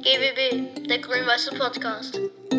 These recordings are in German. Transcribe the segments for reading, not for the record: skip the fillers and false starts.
GWB, der grün-weiße Podcast.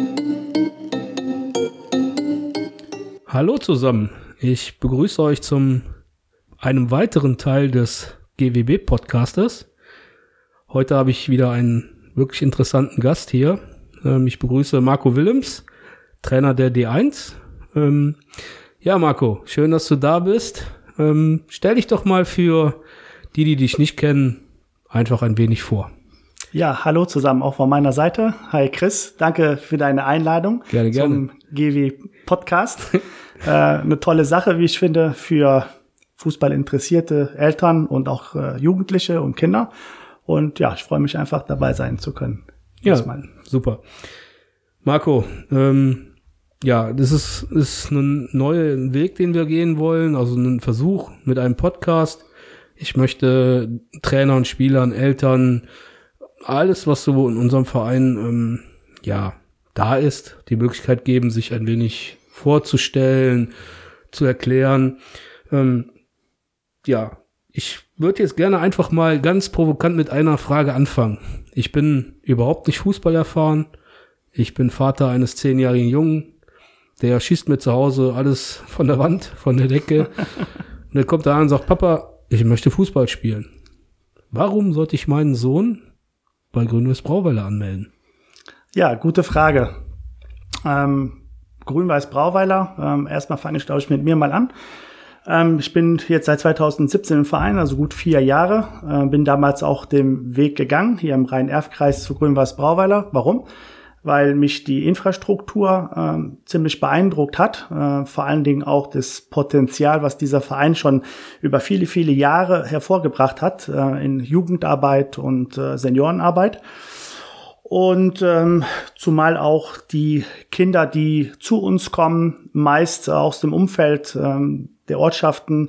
Hallo zusammen, ich begrüße euch zu einem weiteren Teil des GWB-Podcastes. Heute habe ich wieder einen wirklich interessanten Gast hier. Ich begrüße Marco Willems, Trainer der D1. Ja, Marco, schön, dass du da bist. Stell dich doch mal für die dich nicht kennen, einfach ein wenig vor. Ja, hallo zusammen, auch von meiner Seite. Hi Chris, danke für deine Einladung zum GW-Podcast. Eine tolle Sache, wie ich finde, für Fußball interessierte Eltern und auch Jugendliche und Kinder. Und ja, ich freue mich einfach, dabei sein zu können. Ja, super. Marco, das ist ein neuer Weg, den wir gehen wollen, also ein Versuch mit einem Podcast. Ich möchte Trainern, Spielern, Eltern, alles, was so in unserem Verein da ist, die Möglichkeit geben, sich ein wenig vorzustellen, zu erklären. Ich würde jetzt gerne einfach mal ganz provokant mit einer Frage anfangen. Ich bin überhaupt nicht Fußball erfahren. Ich bin Vater eines 10-jährigen Jungen, der schießt mir zu Hause alles von der Wand, von der Decke. Und dann kommt er an und sagt, Papa, ich möchte Fußball spielen. Warum sollte ich meinen Sohn bei Grün-Weiß Brauweiler anmelden? Ja, gute Frage. Grün-Weiß Brauweiler, erstmal fange ich, glaube ich, mit mir mal an. Ich bin jetzt seit 2017 im Verein, also gut 4 Jahre. Bin damals auch den Weg gegangen, hier im Rhein-Erft-Kreis zu Grün-Weiß Brauweiler. Warum? Weil mich die Infrastruktur ziemlich beeindruckt hat. Vor allen Dingen auch das Potenzial, was dieser Verein schon über viele, viele Jahre hervorgebracht hat in Jugendarbeit und Seniorenarbeit. Und zumal auch die Kinder, die zu uns kommen, meist aus dem Umfeld der Ortschaften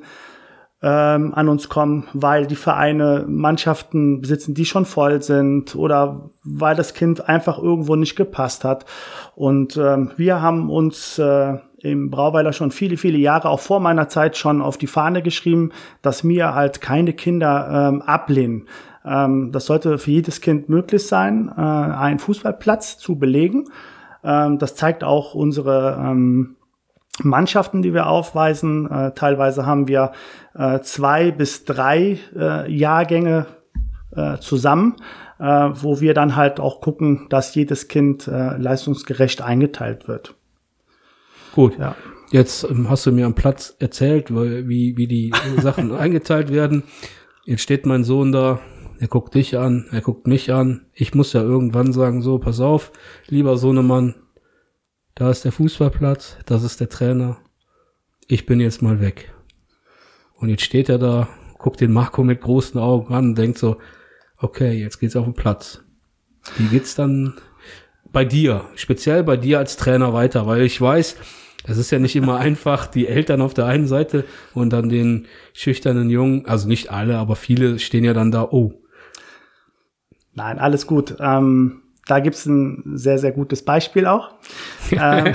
an uns kommen, weil die Vereine Mannschaften besitzen, die schon voll sind oder weil das Kind einfach irgendwo nicht gepasst hat. Und wir haben uns im Brauweiler schon viele, viele Jahre, auch vor meiner Zeit, schon auf die Fahne geschrieben, dass wir halt keine Kinder ablehnen. Das sollte für jedes Kind möglich sein, einen Fußballplatz zu belegen. Das zeigt auch unsere Mannschaften, die wir aufweisen. Teilweise haben wir 2 bis 3 Jahrgänge zusammen, wo wir dann halt auch gucken, dass jedes Kind leistungsgerecht eingeteilt wird. Gut, ja. Jetzt hast du mir am Platz erzählt, wie die Sachen eingeteilt werden. Jetzt steht mein Sohn da, er guckt dich an, er guckt mich an. Ich muss ja irgendwann sagen, so, pass auf, lieber Sohnemann, da ist der Fußballplatz, das ist der Trainer. Ich bin jetzt mal weg. Und jetzt steht er da, guckt den Marco mit großen Augen an und denkt so, okay, jetzt geht's auf den Platz. Wie geht's dann bei dir, speziell bei dir als Trainer weiter? Weil ich weiß, es ist ja nicht immer einfach, die Eltern auf der einen Seite und dann den schüchternen Jungen, also nicht alle, aber viele stehen ja dann da, oh. Nein, alles gut. Da gibt's ein sehr, sehr gutes Beispiel auch. Da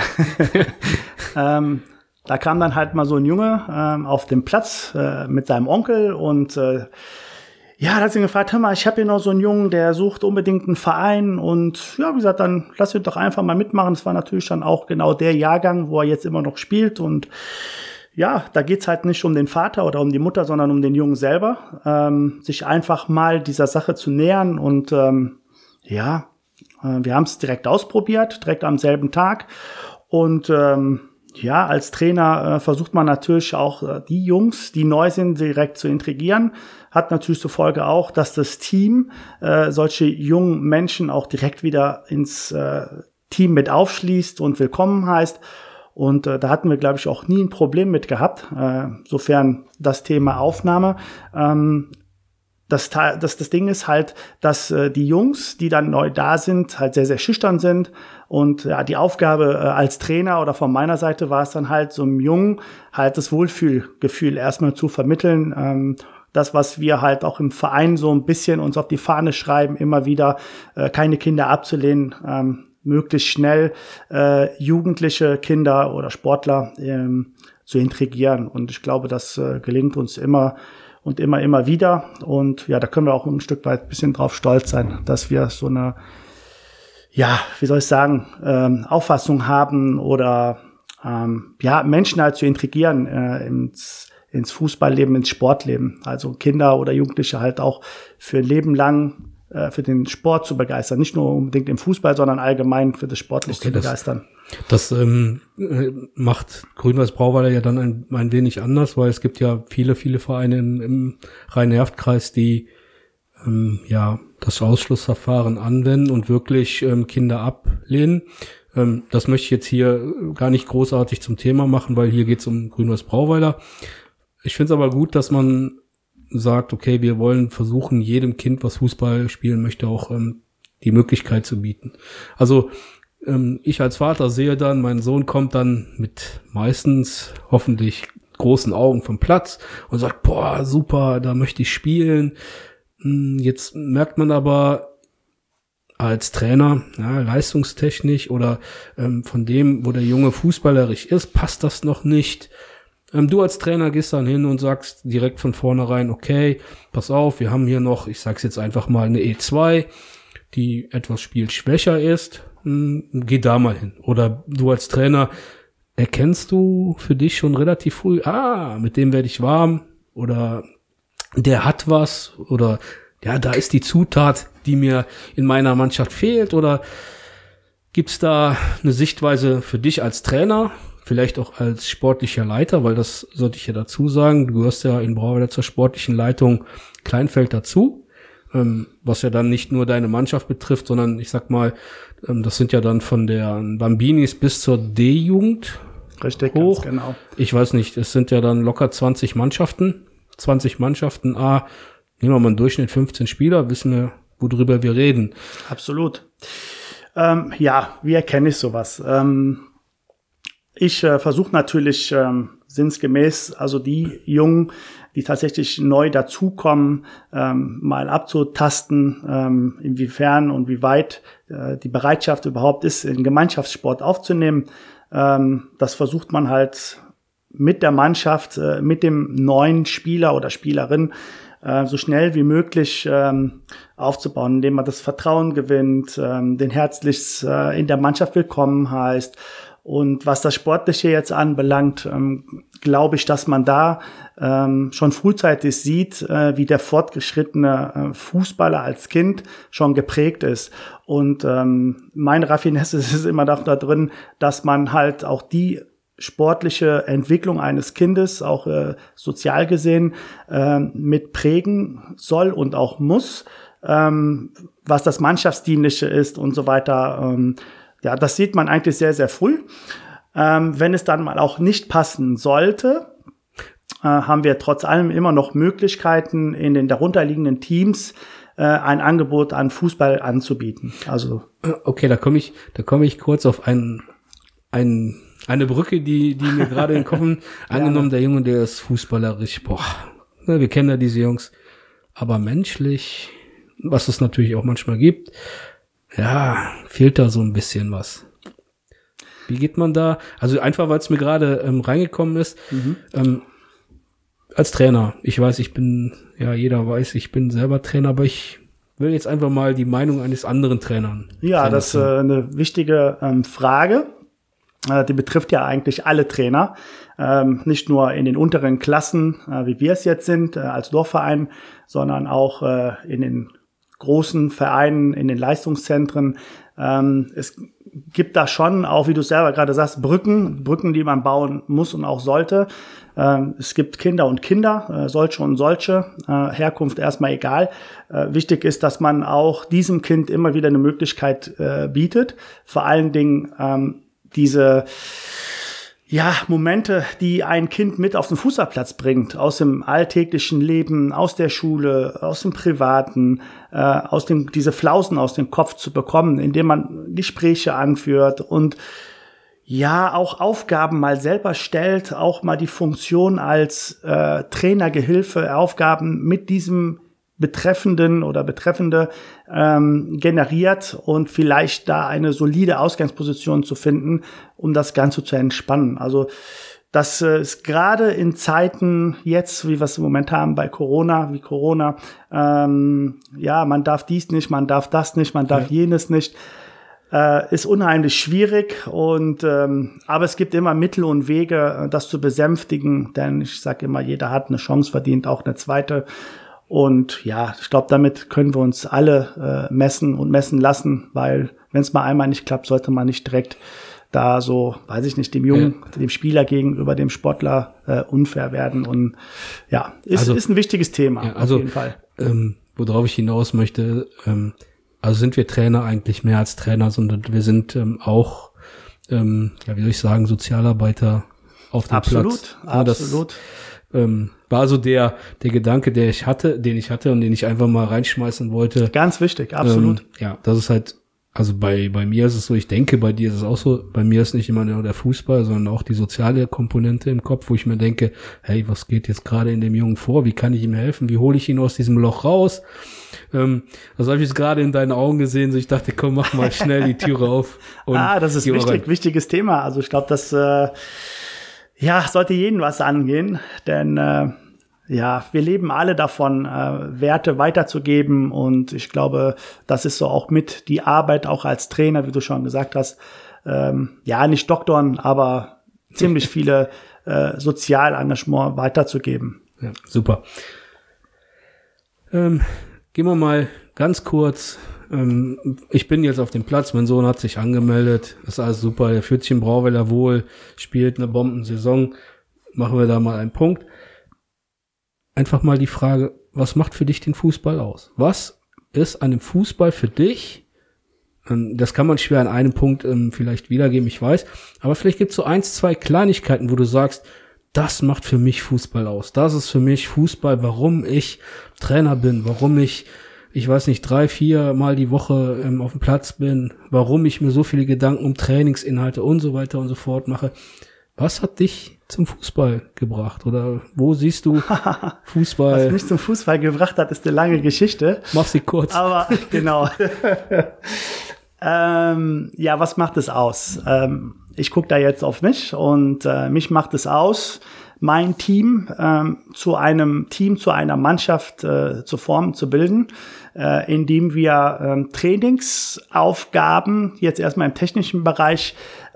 kam dann halt mal so ein Junge auf den Platz mit seinem Onkel und da hat sie ihn gefragt, hör mal, ich habe hier noch so einen Jungen, der sucht unbedingt einen Verein und ja, wie gesagt, dann lass ihn doch einfach mal mitmachen. Das war natürlich dann auch genau der Jahrgang, wo er jetzt immer noch spielt und ja, da geht's halt nicht um den Vater oder um die Mutter, sondern um den Jungen selber, sich einfach mal dieser Sache zu nähern und wir haben es direkt ausprobiert, direkt am selben Tag und als Trainer versucht man natürlich auch die Jungs, die neu sind, direkt zu integrieren. Hat natürlich zur Folge auch, dass das Team solche jungen Menschen auch direkt wieder ins Team mit aufschließt und willkommen heißt. Und da hatten wir, glaube ich, auch nie ein Problem mit gehabt, sofern das Thema Aufnahme. Das Ding ist halt, dass die Jungs, die dann neu da sind, halt sehr, sehr schüchtern sind. Und ja, die Aufgabe als Trainer oder von meiner Seite war es dann halt, so einem Jungen halt das Wohlfühlgefühl erstmal zu vermitteln. Das, was wir halt auch im Verein so ein bisschen uns auf die Fahne schreiben, immer wieder keine Kinder abzulehnen, möglichst schnell jugendliche Kinder oder Sportler zu integrieren. Und ich glaube, das gelingt uns immer und immer wieder. Und ja, da können wir auch ein Stück weit ein bisschen drauf stolz sein, dass wir so eine ja, wie soll ich sagen, Auffassung haben oder Menschen halt zu integrieren ins Fußballleben, ins Sportleben. Also Kinder oder Jugendliche halt auch für ein Leben lang für den Sport zu begeistern. Nicht nur unbedingt im Fußball, sondern allgemein für das Sportliche zu begeistern. Das macht Grün-Weiß Brauweiler ja dann ein wenig anders, weil es gibt ja viele Vereine im Rhein-Erft-Kreis, die das Ausschlussverfahren anwenden und wirklich Kinder ablehnen. Das möchte ich jetzt hier gar nicht großartig zum Thema machen, weil hier geht es um Grün-Weiß Brauweiler. Ich finde es aber gut, dass man sagt, okay, wir wollen versuchen, jedem Kind, was Fußball spielen möchte, auch die Möglichkeit zu bieten. Also ich als Vater sehe dann, mein Sohn kommt dann mit meistens hoffentlich großen Augen vom Platz und sagt, boah, super, da möchte ich spielen. Jetzt merkt man aber als Trainer, leistungstechnisch oder von dem, wo der Junge fußballerisch ist, passt das noch nicht. Du als Trainer gehst dann hin und sagst direkt von vornherein, okay, pass auf, wir haben hier noch, ich sag's jetzt einfach mal, eine E2, die etwas spielschwächer ist. Geh da mal hin. Oder du als Trainer erkennst du für dich schon relativ früh, mit dem werde ich warm oder der hat was oder ja, da ist die Zutat, die mir in meiner Mannschaft fehlt oder gibt's da eine Sichtweise für dich als Trainer, vielleicht auch als sportlicher Leiter, weil das sollte ich ja dazu sagen, du gehörst ja in Brauweiler zur sportlichen Leitung Kleinfeld dazu, was ja dann nicht nur deine Mannschaft betrifft, sondern ich sag mal, das sind ja dann von der Bambinis bis zur D-Jugend richtig hoch. Ganz genau. Ich weiß nicht, es sind ja dann locker 20 Mannschaften, nehmen wir mal einen Durchschnitt 15 Spieler, wissen wir, worüber wir reden. Absolut. Wie erkenne ich sowas? Ich versuche natürlich sinnsgemäß, also die Jungen, die tatsächlich neu dazukommen, mal abzutasten, inwiefern und wie weit die Bereitschaft überhaupt ist, in Gemeinschaftssport aufzunehmen. Das versucht man halt mit der Mannschaft, mit dem neuen Spieler oder Spielerin so schnell wie möglich aufzubauen, indem man das Vertrauen gewinnt, den herzlichst in der Mannschaft willkommen heißt. Und was das Sportliche jetzt anbelangt, glaube ich, dass man da schon frühzeitig sieht, wie der fortgeschrittene Fußballer als Kind schon geprägt ist. Und meine Raffinesse ist immer da drin, dass man halt auch die sportliche Entwicklung eines Kindes, auch sozial gesehen, mit prägen soll und auch muss, was das Mannschaftsdienliche ist und so weiter. Das sieht man eigentlich sehr, sehr früh. Wenn es dann mal auch nicht passen sollte, haben wir trotz allem immer noch Möglichkeiten, in den darunterliegenden Teams ein Angebot an Fußball anzubieten. Also okay, da komme ich kurz auf eine Brücke, die mir gerade in den Kopf angenommen, der Junge, der ist fußballerisch, wir kennen ja diese Jungs, aber menschlich, was es natürlich auch manchmal gibt, fehlt da so ein bisschen was. Wie geht man da? Also einfach, weil es mir gerade reingekommen ist, als Trainer, ich weiß, jeder weiß, ich bin selber Trainer, aber ich will jetzt einfach mal die Meinung eines anderen Trainers. Ja, das ist eine wichtige Frage. Die betrifft ja eigentlich alle Trainer, nicht nur in den unteren Klassen, wie wir es jetzt sind, als Dorfverein, sondern auch in den großen Vereinen, in den Leistungszentren. Es gibt da schon auch, wie du selber gerade sagst, Brücken, die man bauen muss und auch sollte. Es gibt Kinder und Kinder, solche und solche, Herkunft erstmal egal. Wichtig ist, dass man auch diesem Kind immer wieder eine Möglichkeit bietet. Vor allen Dingen diese Momente, die ein Kind mit auf den Fußballplatz bringt, aus dem alltäglichen Leben, aus der Schule, aus dem Privaten, diese Flausen aus dem Kopf zu bekommen, indem man Gespräche anführt und auch Aufgaben mal selber stellt, auch mal die Funktion als Trainergehilfe, Aufgaben mit diesem Betreffenden oder Betreffende generiert und vielleicht da eine solide Ausgangsposition zu finden, um das Ganze zu entspannen. Also das ist gerade in Zeiten jetzt, wie wir es im Moment haben bei Corona, man darf dies nicht, man darf das nicht, man darf jenes nicht. ist unheimlich schwierig und aber es gibt immer Mittel und Wege, das zu besänftigen, denn ich sage immer, jeder hat eine Chance verdient, auch eine zweite. Und ja, ich glaube, damit können wir uns alle messen und messen lassen, weil wenn es mal einmal nicht klappt, sollte man nicht direkt da so, weiß ich nicht, dem Jungen, dem Spieler gegenüber dem Sportler unfair werden. Und ja, ist ein wichtiges Thema, ja, also, auf jeden Fall. Worauf ich hinaus möchte, also sind wir Trainer eigentlich mehr als Trainer, sondern wir sind auch, ja, wie soll ich sagen, Sozialarbeiter auf dem Platz. Absolut. War so der Gedanke, den ich hatte und den ich einfach mal reinschmeißen wollte. Ganz wichtig, absolut. Ja, das ist halt, also bei mir ist es so, ich denke, bei dir ist es auch so, bei mir ist nicht immer nur der Fußball, sondern auch die soziale Komponente im Kopf, wo ich mir denke, hey, was geht jetzt gerade in dem Jungen vor? Wie kann ich ihm helfen? Wie hole ich ihn aus diesem Loch raus? Das habe ich jetzt gerade in deinen Augen gesehen, so ich dachte, komm, mach mal schnell die Türe auf. Und das ist wichtiges Thema. Also ich glaube, das sollte jeden was angehen, denn ja, wir leben alle davon, Werte weiterzugeben und ich glaube, das ist so auch mit die Arbeit auch als Trainer, wie du schon gesagt hast, ja, nicht doktorn, aber ziemlich viele Sozialengagement weiterzugeben. Ja, super. Gehen wir mal ganz kurz. Ich bin jetzt auf dem Platz, mein Sohn hat sich angemeldet, ist alles super, er fühlt sich in Brauweiler wohl, spielt eine Bombensaison, machen wir da mal einen Punkt. Einfach mal die Frage, was macht für dich den Fußball aus? Was ist an dem Fußball für dich? Das kann man schwer an einem Punkt vielleicht wiedergeben, ich weiß, aber vielleicht gibt es so 1, 2 Kleinigkeiten, wo du sagst, das macht für mich Fußball aus. Das ist für mich Fußball, warum ich Trainer bin, warum ich weiß nicht, 3, 4 Mal die Woche auf dem Platz bin, warum ich mir so viele Gedanken um Trainingsinhalte und so weiter und so fort mache. Was hat dich zum Fußball gebracht? Oder wo siehst du Fußball? Was mich zum Fußball gebracht hat, ist eine lange Geschichte. Mach sie kurz. Aber genau. Ja, was macht es aus? Ich gucke da jetzt auf mich und mich macht es aus, mein Team zu einer Mannschaft zu formen, zu bilden, indem wir Trainingsaufgaben jetzt erstmal im technischen Bereich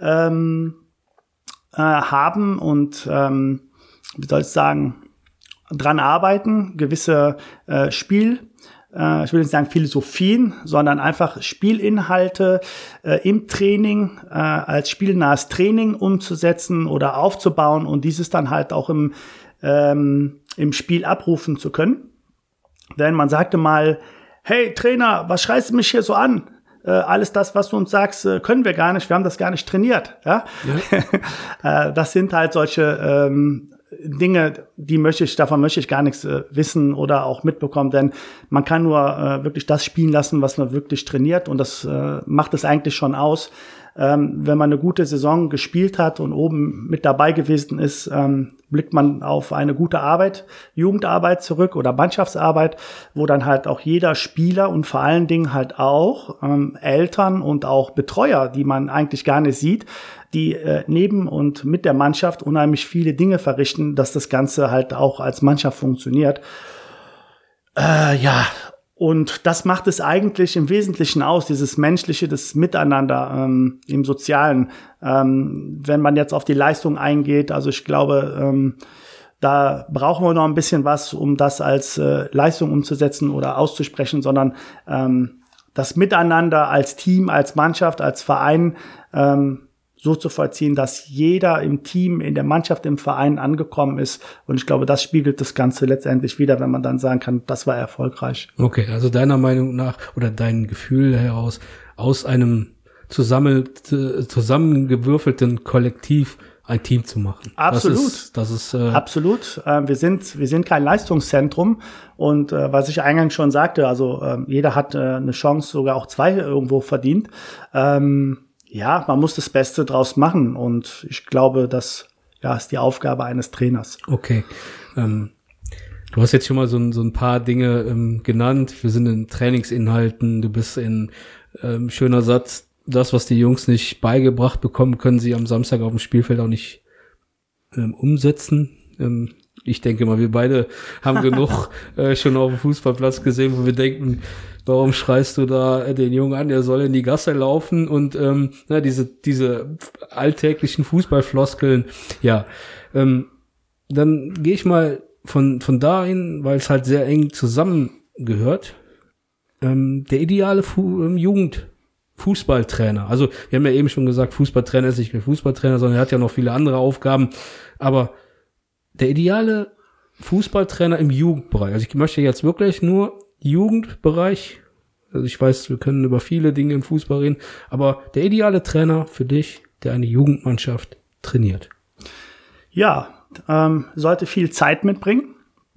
haben und wie soll ich sagen, dran arbeiten, gewisse ich will nicht sagen Philosophien, sondern einfach Spielinhalte im Training als spielnahes Training umzusetzen oder aufzubauen und dieses dann halt auch im Spiel abrufen zu können. Denn man sagte mal, hey Trainer, was schreist du mich hier so an? Alles das, was du uns sagst, können wir gar nicht. Wir haben das gar nicht trainiert. Ja? Das sind halt solche Dinge, davon möchte ich gar nichts wissen oder auch mitbekommen, denn man kann nur wirklich das spielen lassen, was man wirklich trainiert und das macht es eigentlich schon aus. Wenn man eine gute Saison gespielt hat und oben mit dabei gewesen ist, blickt man auf eine gute Arbeit, Jugendarbeit zurück oder Mannschaftsarbeit, wo dann halt auch jeder Spieler und vor allen Dingen halt auch Eltern und auch Betreuer, die man eigentlich gar nicht sieht, die neben und mit der Mannschaft unheimlich viele Dinge verrichten, dass das Ganze halt auch als Mannschaft funktioniert. Ja, und das macht es eigentlich im Wesentlichen aus, dieses Menschliche, das Miteinander im Sozialen. Wenn man jetzt auf die Leistung eingeht, also ich glaube, da brauchen wir noch ein bisschen was, um das als Leistung umzusetzen oder auszusprechen, sondern das Miteinander als Team, als Mannschaft, als Verein so zu vollziehen, dass jeder im Team, in der Mannschaft, im Verein angekommen ist. Und ich glaube, das spiegelt das Ganze letztendlich wieder, wenn man dann sagen kann, das war erfolgreich. Okay, also deiner Meinung nach oder dein Gefühl heraus, aus einem zusammengewürfelten Kollektiv ein Team zu machen. Absolut. Das ist absolut. Wir sind kein Leistungszentrum und was ich eingangs schon sagte, also jeder hat eine Chance, sogar auch 2 irgendwo verdient. Ja, man muss das Beste draus machen und ich glaube, das ist die Aufgabe eines Trainers. Okay. Du hast jetzt schon mal so ein paar Dinge genannt. Wir sind in Trainingsinhalten, du bist in schöner Satz, das, was die Jungs nicht beigebracht bekommen, können sie am Samstag auf dem Spielfeld auch nicht umsetzen. ich denke mal, wir beide haben genug schon auf dem Fußballplatz gesehen, wo wir denken, warum schreist du da den Jungen an, der soll in die Gasse laufen und diese alltäglichen Fußballfloskeln, ja. Dann gehe ich mal von dahin, weil es halt sehr eng zusammengehört, der ideale Jugendfußballtrainer. Also wir haben ja eben schon gesagt, Fußballtrainer ist nicht nur Fußballtrainer, sondern er hat ja noch viele andere Aufgaben. Aber der ideale Fußballtrainer im Jugendbereich, also ich möchte jetzt wirklich nur Jugendbereich, also ich weiß, wir können über viele Dinge im Fußball reden, aber der ideale Trainer für dich, der eine Jugendmannschaft trainiert. Ja, sollte viel Zeit mitbringen,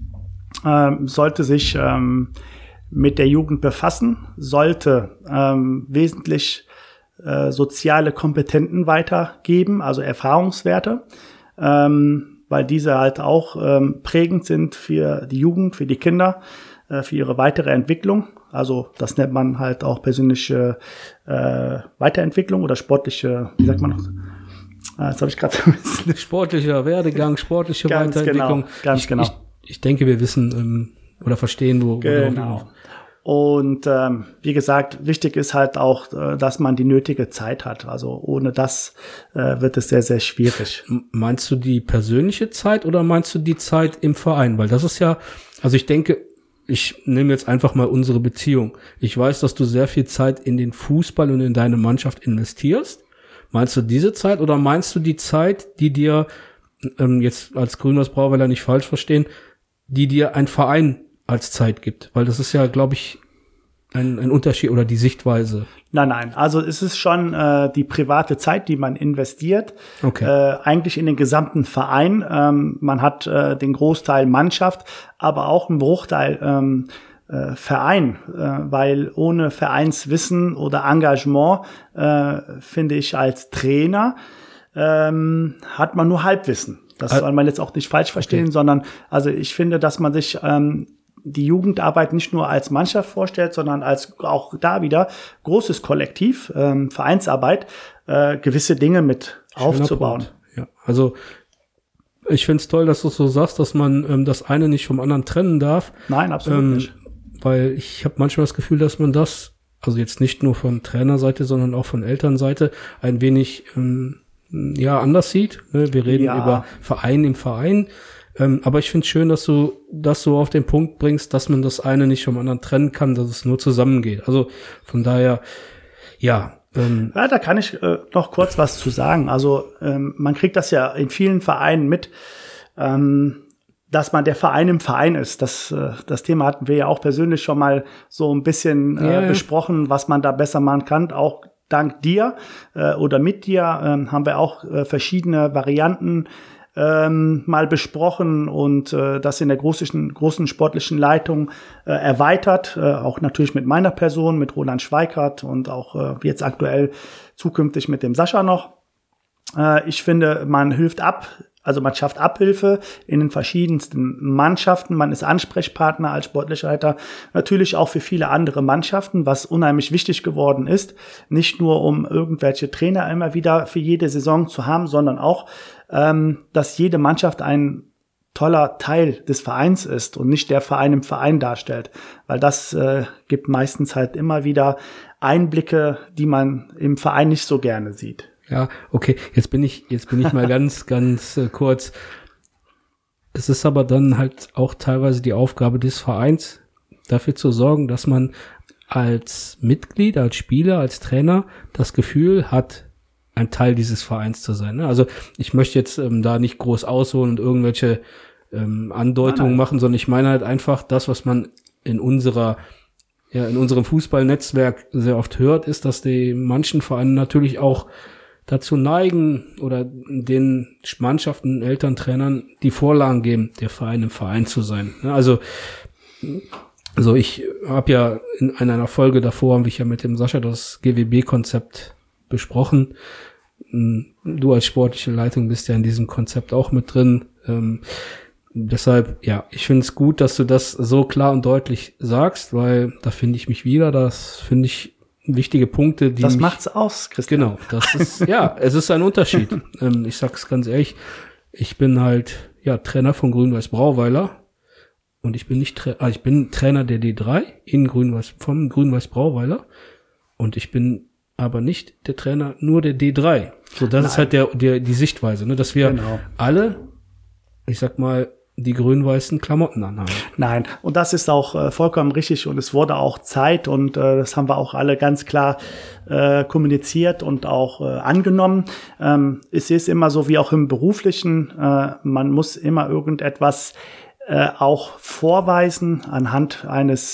sollte sich mit der Jugend befassen, sollte wesentlich soziale Kompetenten weitergeben, also Erfahrungswerte, weil diese halt auch prägend sind für die Jugend, für die Kinder, für ihre weitere Entwicklung. Also das nennt man halt auch persönliche Weiterentwicklung oder sportliche, wie sagt man noch? Jetzt habe ich gerade ein bisschen sportlicher Werdegang, sportliche ganz Weiterentwicklung. Genau. Ich denke, wir wissen oder verstehen, wo genau. Und wie gesagt, wichtig ist halt auch, dass man die nötige Zeit hat. Also ohne das wird es sehr, sehr schwierig. Meinst du die persönliche Zeit oder meinst du die Zeit im Verein? Weil das ist ja, also ich denke, ich nehme jetzt einfach mal unsere Beziehung. Ich weiß, dass du sehr viel Zeit in den Fußball und in deine Mannschaft investierst. Meinst du diese Zeit oder meinst du die Zeit, die dir, jetzt als Grüners Brauweiler nicht falsch verstehen, die dir ein Verein als Zeit gibt? Weil das ist ja, glaube ich, ein Unterschied oder die Sichtweise. Nein. Also es ist schon die private Zeit, die man investiert. Okay. Eigentlich in den gesamten Verein. Man hat den Großteil Mannschaft, aber auch einen Bruchteil Verein, weil ohne Vereinswissen oder Engagement, finde ich, als Trainer hat man nur Halbwissen. Das soll man jetzt auch nicht falsch verstehen, sondern also ich finde, dass man sich die Jugendarbeit nicht nur als Mannschaft vorstellt, sondern als auch da wieder großes Kollektiv, Vereinsarbeit, gewisse Dinge mit aufzubauen. Ja, also ich finde es toll, dass du so sagst, dass man das eine nicht vom anderen trennen darf. Nein, absolut nicht. Weil ich habe manchmal das Gefühl, dass man das, also jetzt nicht nur von Trainerseite, sondern auch von Elternseite ein wenig anders sieht. Wir reden über Verein im Verein. Aber ich finde es schön, dass du das so auf den Punkt bringst, dass man das eine nicht vom anderen trennen kann, dass es nur zusammengeht. Also von daher, da kann ich noch kurz was zu sagen. Also man kriegt das ja in vielen Vereinen mit, dass man der Verein im Verein ist. Das Thema hatten wir ja auch persönlich schon mal so ein bisschen besprochen, was man da besser machen kann. Auch dank dir oder mit dir haben wir auch verschiedene Varianten mal besprochen und das in der großen sportlichen Leitung erweitert, auch natürlich mit meiner Person, mit Roland Schweikart und auch jetzt aktuell zukünftig mit dem Sascha noch. Ich finde, man hilft ab, also man schafft Abhilfe in den verschiedensten Mannschaften. Man ist Ansprechpartner als sportlicher Leiter, natürlich auch für viele andere Mannschaften, was unheimlich wichtig geworden ist. Nicht nur, um irgendwelche Trainer immer wieder für jede Saison zu haben, sondern auch, dass jede Mannschaft ein toller Teil des Vereins ist und nicht der Verein im Verein darstellt. Weil das gibt meistens halt immer wieder Einblicke, die man im Verein nicht so gerne sieht. Ja, okay, jetzt bin ich mal ganz kurz. Es ist aber dann halt auch teilweise die Aufgabe des Vereins, dafür zu sorgen, dass man als Mitglied, als Spieler, als Trainer das Gefühl hat, ein Teil dieses Vereins zu sein. Also ich möchte jetzt da nicht groß ausholen und irgendwelche Andeutungen machen, sondern ich meine halt einfach das, was man in unserem Fußballnetzwerk sehr oft hört, ist, dass die manchen Vereine natürlich auch dazu neigen oder den Mannschaften, Eltern, Trainern die Vorlagen geben, der Verein im Verein zu sein. Also ich habe ja in einer Folge davor, habe ich ja mit dem Sascha das GWB-Konzept besprochen. Du als sportliche Leitung bist ja in diesem Konzept auch mit drin. Deshalb, ja, ich finde es gut, dass du das so klar und deutlich sagst, weil da finde ich mich wieder. Das finde ich wichtige Punkte, die das macht's aus, Christian. Genau, das ist, ja, es ist ein Unterschied. Ich sag's ganz ehrlich, ich bin halt, Trainer von Grün-Weiß Brauweiler. Und ich bin nicht ich bin Trainer der D3 vom Grün-Weiß Brauweiler. Und ich bin aber nicht der Trainer nur der D3. So, das ist halt die Sichtweise, ne, dass wir alle, ich sag mal, die grün-weißen Klamotten anhaben. Nein, und das ist auch vollkommen richtig und es wurde auch Zeit und das haben wir auch alle ganz klar kommuniziert und auch angenommen. Es ist immer so wie auch im Beruflichen, man muss immer irgendetwas auch vorweisen anhand eines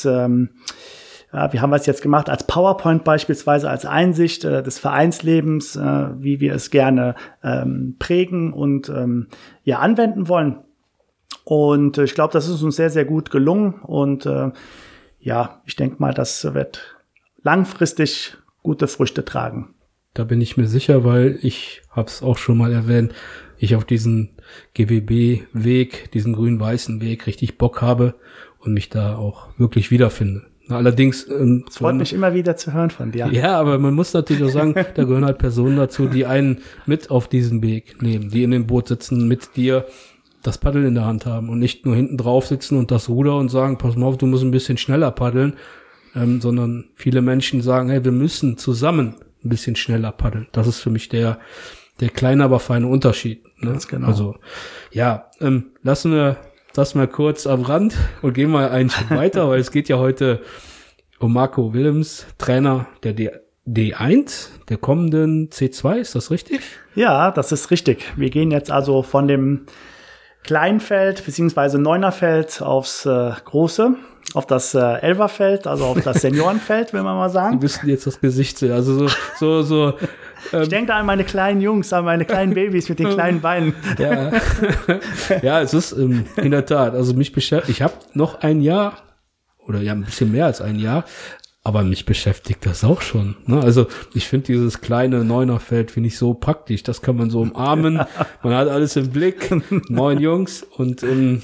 wie haben wir es jetzt gemacht, als PowerPoint beispielsweise, als Einsicht des Vereinslebens, wie wir es gerne prägen und anwenden wollen. Und ich glaube, das ist uns sehr, sehr gut gelungen. Und ich denke mal, das wird langfristig gute Früchte tragen. Da bin ich mir sicher, weil ich habe es auch schon mal erwähnt, ich auf diesen GWB-Weg, diesen grün-weißen Weg richtig Bock habe und mich da auch wirklich wiederfinde. Allerdings es freut mich immer wieder zu hören von dir. Ja, aber man muss natürlich auch sagen, da gehören halt Personen dazu, die einen mit auf diesen Weg nehmen, die in dem Boot sitzen, mit dir das Paddel in der Hand haben und nicht nur hinten drauf sitzen und das Ruder und sagen, pass mal auf, du musst ein bisschen schneller paddeln, sondern viele Menschen sagen, hey, wir müssen zusammen ein bisschen schneller paddeln. Das ist für mich der kleine, aber feine Unterschied. Ne? Ganz genau. Also, lassen wir das mal kurz am Rand und gehen mal einen Schritt weiter, weil es geht ja heute um Marco Willems, Trainer der D1, der kommenden C2, ist das richtig? Ja, das ist richtig. Wir gehen jetzt also von dem Kleinfeld bzw. Neunerfeld aufs große, auf das Elferfeld, also auf das Seniorenfeld, will man mal sagen. Sie müssten jetzt das Gesicht sehen, also so. Ich denke da an meine kleinen Jungs, an meine kleinen Babys mit den kleinen Beinen. Ja, ja, es ist in der Tat, also ich habe noch ein Jahr oder ein bisschen mehr als ein Jahr, aber mich beschäftigt das auch schon. Ne? Also ich finde dieses kleine Neunerfeld finde ich so praktisch. Das kann man so umarmen. Man hat alles im Blick. 9 Jungs und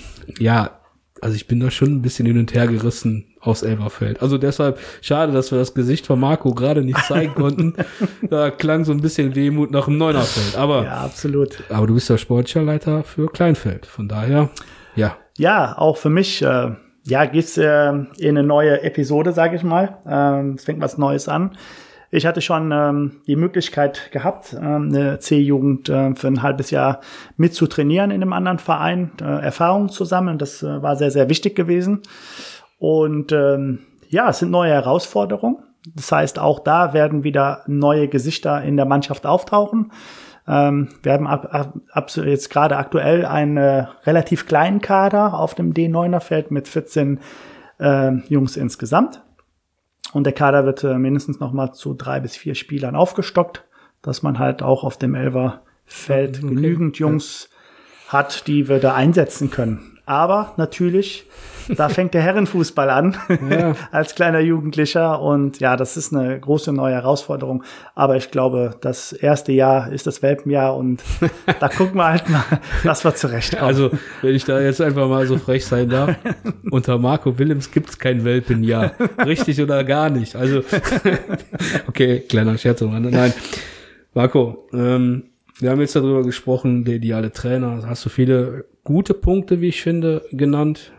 also ich bin da schon ein bisschen hin und her gerissen aus Elferfeld. Also deshalb schade, dass wir das Gesicht von Marco gerade nicht zeigen konnten. Da klang so ein bisschen Wehmut nach dem Neunerfeld. Aber ja, absolut. Aber du bist der Sportleiter für Kleinfeld. Von daher, ja. Ja, auch für mich geht's in eine neue Episode, sage ich mal. Es fängt was Neues an. Ich hatte schon die Möglichkeit gehabt, eine C-Jugend für ein halbes Jahr mit zu trainieren in einem anderen Verein, Erfahrungen zu sammeln. Das war sehr, sehr wichtig gewesen. Und es sind neue Herausforderungen. Das heißt, auch da werden wieder neue Gesichter in der Mannschaft auftauchen. Wir haben jetzt gerade aktuell einen relativ kleinen Kader auf dem D9er Feld mit 14 Jungs insgesamt. Und der Kader wird mindestens noch mal zu 3 bis 4 Spielern aufgestockt, dass man halt auch auf dem Elferfeld genügend Jungs hat, die wir da einsetzen können. Aber natürlich, da fängt der Herrenfußball an, als kleiner Jugendlicher. Und ja, das ist eine große neue Herausforderung. Aber ich glaube, das erste Jahr ist das Welpenjahr und da gucken wir halt mal, dass wir zurechtkommen. Also, wenn ich da jetzt einfach mal so frech sein darf, unter Marco Willems gibt's kein Welpenjahr. Richtig oder gar nicht. Also, okay, kleiner Scherz. Nein, Marco, wir haben jetzt darüber gesprochen, der ideale Trainer. Hast du viele gute Punkte, wie ich finde, genannt.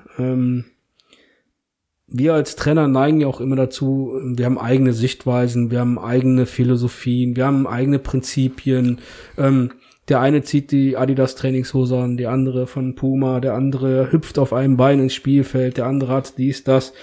Wir als Trainer neigen ja auch immer dazu, wir haben eigene Sichtweisen, wir haben eigene Philosophien, wir haben eigene Prinzipien. Der eine zieht die Adidas Trainingshose an, der andere von Puma, der andere hüpft auf einem Bein ins Spielfeld, der andere hat dies, das.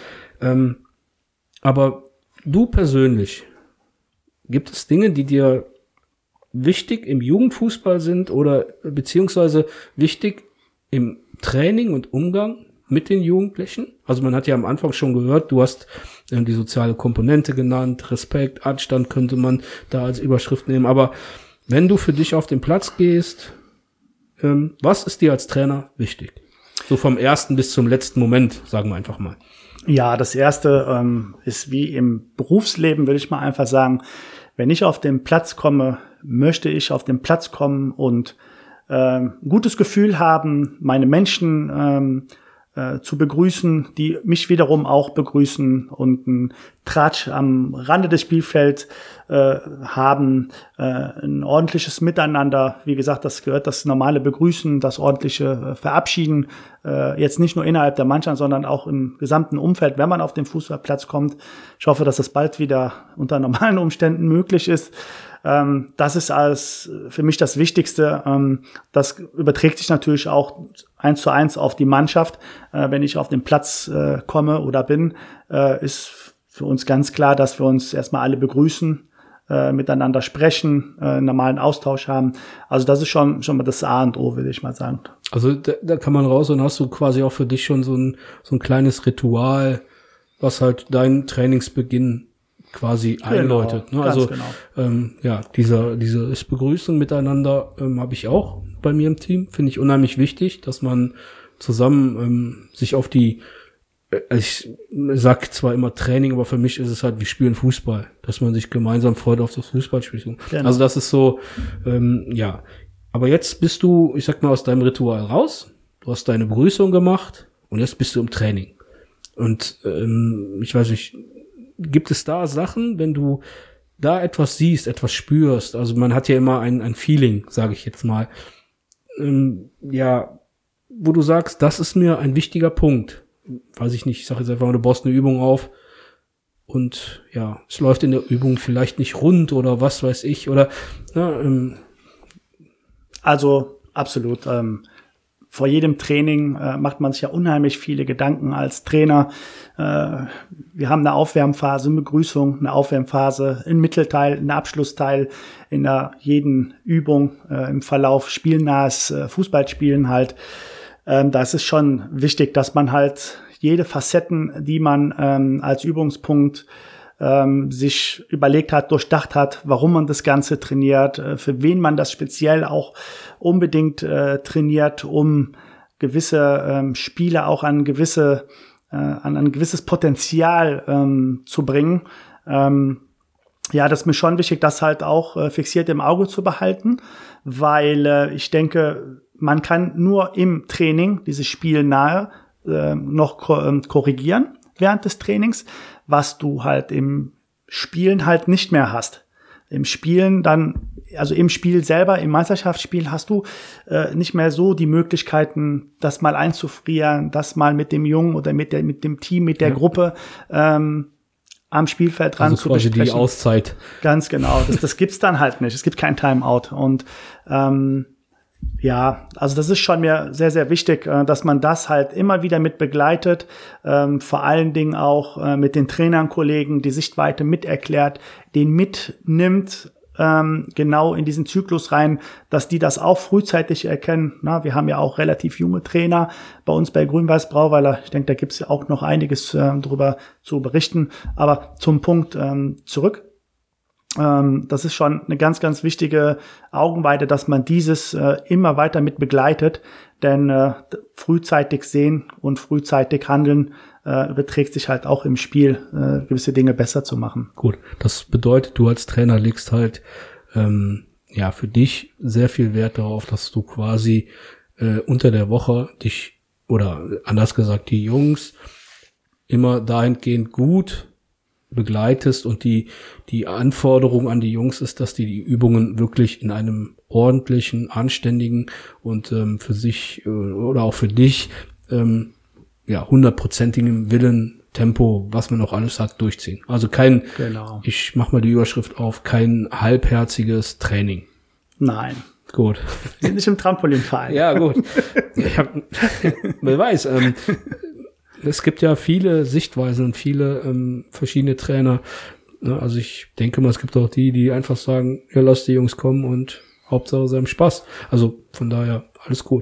Aber du persönlich, gibt es Dinge, die dir wichtig im Jugendfußball sind oder beziehungsweise wichtig im Training und Umgang mit den Jugendlichen? Also man hat ja am Anfang schon gehört, du hast die soziale Komponente genannt, Respekt, Anstand könnte man da als Überschrift nehmen. Aber wenn du für dich auf den Platz gehst, was ist dir als Trainer wichtig? So vom ersten bis zum letzten Moment, sagen wir einfach mal. Ja, das erste ist wie im Berufsleben, würde ich mal einfach sagen, wenn ich auf den Platz komme, möchte ich auf den Platz kommen und gutes Gefühl haben, meine Menschen zu begrüßen, die mich wiederum auch begrüßen und einen Tratsch am Rande des Spielfelds haben, ein ordentliches Miteinander. Wie gesagt, das gehört das normale Begrüßen, das ordentliche Verabschieden, jetzt nicht nur innerhalb der Mannschaft, sondern auch im gesamten Umfeld, wenn man auf den Fußballplatz kommt. Ich hoffe, dass das bald wieder unter normalen Umständen möglich ist. Das ist alles für mich das Wichtigste. Das überträgt sich natürlich auch 1:1 auf die Mannschaft. Wenn ich auf den Platz komme oder bin, ist für uns ganz klar, dass wir uns erstmal alle begrüßen, miteinander sprechen, einen normalen Austausch haben. Also das ist schon mal das A und O, würde ich mal sagen. Also da kann man raus und hast du quasi auch für dich schon so ein kleines Ritual, was halt deinen Trainingsbeginn quasi einläutet. Ne? Also genau. Dieses Begrüßen miteinander habe ich auch bei mir im Team. Finde ich unheimlich wichtig, dass man zusammen sich auf die, ich sag zwar immer Training, aber für mich ist es halt, wir spielen Fußball, dass man sich gemeinsam freut auf das Fußballspiel. Genau. Also das ist so, Aber jetzt bist du, ich sag mal, aus deinem Ritual raus. Du hast deine Begrüßung gemacht und jetzt bist du im Training. Und ich weiß nicht, gibt es da Sachen, wenn du da etwas siehst, etwas spürst? Also man hat ja immer ein Feeling, sage ich jetzt mal. Wo du sagst, das ist mir ein wichtiger Punkt. Weiß ich nicht, ich sage jetzt einfach mal, du baust eine Übung auf und ja, es läuft in der Übung vielleicht nicht rund oder was weiß ich. Oder Also absolut. Vor jedem Training macht man sich ja unheimlich viele Gedanken als Trainer. Wir haben eine Aufwärmphase, eine Begrüßung, eine Aufwärmphase, einen Mittelteil, einen Abschlussteil in jeden Übung im Verlauf spielnahes Fußballspielen halt. Da ist es schon wichtig, dass man halt jede Facetten, die man als Übungspunkt sich überlegt hat, durchdacht hat, warum man das Ganze trainiert, für wen man das speziell auch unbedingt trainiert, um gewisse Spiele auch an ein gewisses Potenzial zu bringen. Das ist mir schon wichtig, das halt auch fixiert im Auge zu behalten, weil ich denke, man kann nur im Training dieses Spiel nahe noch korrigieren während des Trainings, was du halt im Spielen halt nicht mehr hast. Im Spielen dann, also im Spiel selber, im Meisterschaftsspiel hast du nicht mehr so die Möglichkeiten, das mal einzufrieren, das mal mit dem Jungen oder mit dem Team, mit der Gruppe am Spielfeld dran zu besprechen. Also quasi die Auszeit. Ganz genau. Das gibt's dann halt nicht. Es gibt kein Timeout. Und also das ist schon mir sehr, sehr wichtig, dass man das halt immer wieder mit begleitet, vor allen Dingen auch mit den Trainern, Kollegen, die Sichtweite miterklärt, den mitnimmt, genau in diesen Zyklus rein, dass die das auch frühzeitig erkennen. Na, wir haben ja auch relativ junge Trainer bei uns bei Grün-Weiß-Brauweiler. Ich denke, da gibt's ja auch noch einiges drüber zu berichten. Aber zum Punkt zurück. Das ist schon eine ganz, ganz wichtige Augenweide, dass man dieses immer weiter mit begleitet, denn frühzeitig sehen und frühzeitig handeln überträgt sich halt auch im Spiel, gewisse Dinge besser zu machen. Gut, das bedeutet, du als Trainer legst halt für dich sehr viel Wert darauf, dass du quasi unter der Woche dich, oder anders gesagt, die Jungs immer dahingehend gut begleitest und die Anforderung an die Jungs ist, dass die Übungen wirklich in einem ordentlichen, anständigen und für sich oder auch für dich 100%igem Willen, Tempo, was man auch alles hat, durchziehen. Also ich mach mal die Überschrift auf, kein halbherziges Training. Nein. Gut. Wir sind nicht im Trampolinverein. Ja, gut. Wer weiß, es gibt ja viele Sichtweisen und viele verschiedene Trainer. Also ich denke mal, es gibt auch die einfach sagen, ja, lass die Jungs kommen und Hauptsache sie haben Spaß. Also von daher alles gut.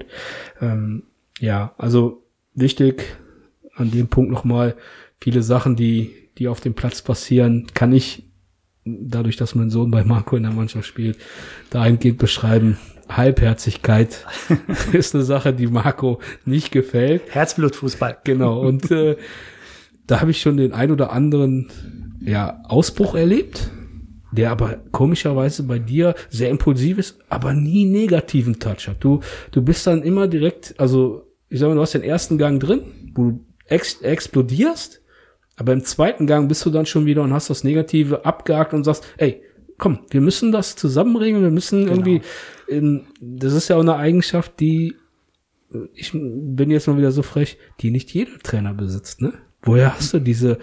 Also wichtig an dem Punkt nochmal, viele Sachen, die auf dem Platz passieren, kann ich, dadurch, dass mein Sohn bei Marco in der Mannschaft spielt, dahingehend beschreiben. Halbherzigkeit ist eine Sache, die Marco nicht gefällt. Herzblutfußball. Genau, und da habe ich schon den ein oder anderen Ausbruch erlebt, der aber komischerweise bei dir sehr impulsiv ist, aber nie negativen Touch hat. Du bist dann immer direkt, also ich sag mal, du hast den ersten Gang drin du explodierst, aber im zweiten Gang bist du dann schon wieder und hast das Negative abgehakt und sagst, ey, komm, wir müssen das zusammenregeln, wir müssen irgendwie, das ist ja auch eine Eigenschaft, die, ich bin jetzt mal wieder so frech, die nicht jeder Trainer besitzt, ne? Woher hast du diese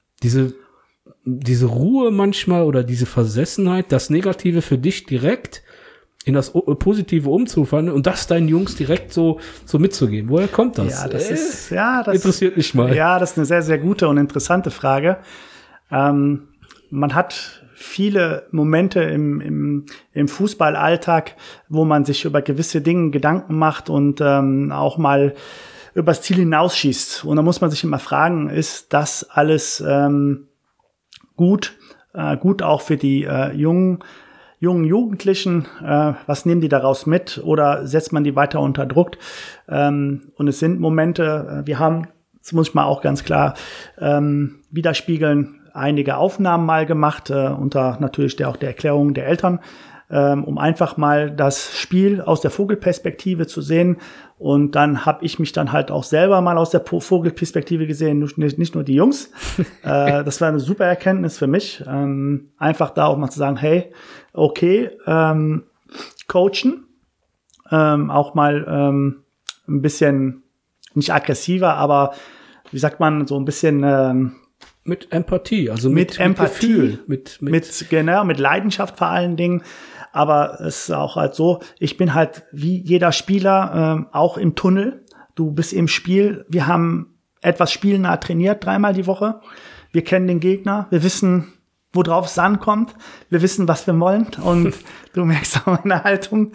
Ruhe manchmal oder diese Versessenheit, das Negative für dich direkt in das Positive umzufangen und das deinen Jungs direkt so mitzugeben? Woher kommt das? Ja, das interessiert mich mal. Ja, das ist eine sehr, sehr gute und interessante Frage. Man hat viele Momente im Fußballalltag, wo man sich über gewisse Dinge Gedanken macht und auch mal übers Ziel hinausschießt. Und da muss man sich immer fragen, ist das alles gut auch für die jungen Jugendlichen, was nehmen die daraus mit oder setzt man die weiter unter Druck? Und es sind Momente, wir haben, das muss ich mal auch ganz klar widerspiegeln, einige Aufnahmen mal gemacht, unter natürlich auch der Erklärung der Eltern, um einfach mal das Spiel aus der Vogelperspektive zu sehen. Und dann habe ich mich dann halt auch selber mal aus der Vogelperspektive gesehen, nicht nur die Jungs. Das war eine super Erkenntnis für mich. Einfach da auch mal zu sagen, hey, okay, coachen, auch mal ein bisschen, nicht aggressiver, aber wie sagt man, so ein bisschen mit Empathie, also mit Empathie, Gefühl, mit Leidenschaft vor allen Dingen. Aber es ist auch halt so, ich bin halt wie jeder Spieler auch im Tunnel. Du bist im Spiel. Wir haben etwas spielnah trainiert, 3-mal die Woche. Wir kennen den Gegner. Wir wissen, worauf es ankommt. Wir wissen, was wir wollen. Und du merkst auch meine Haltung.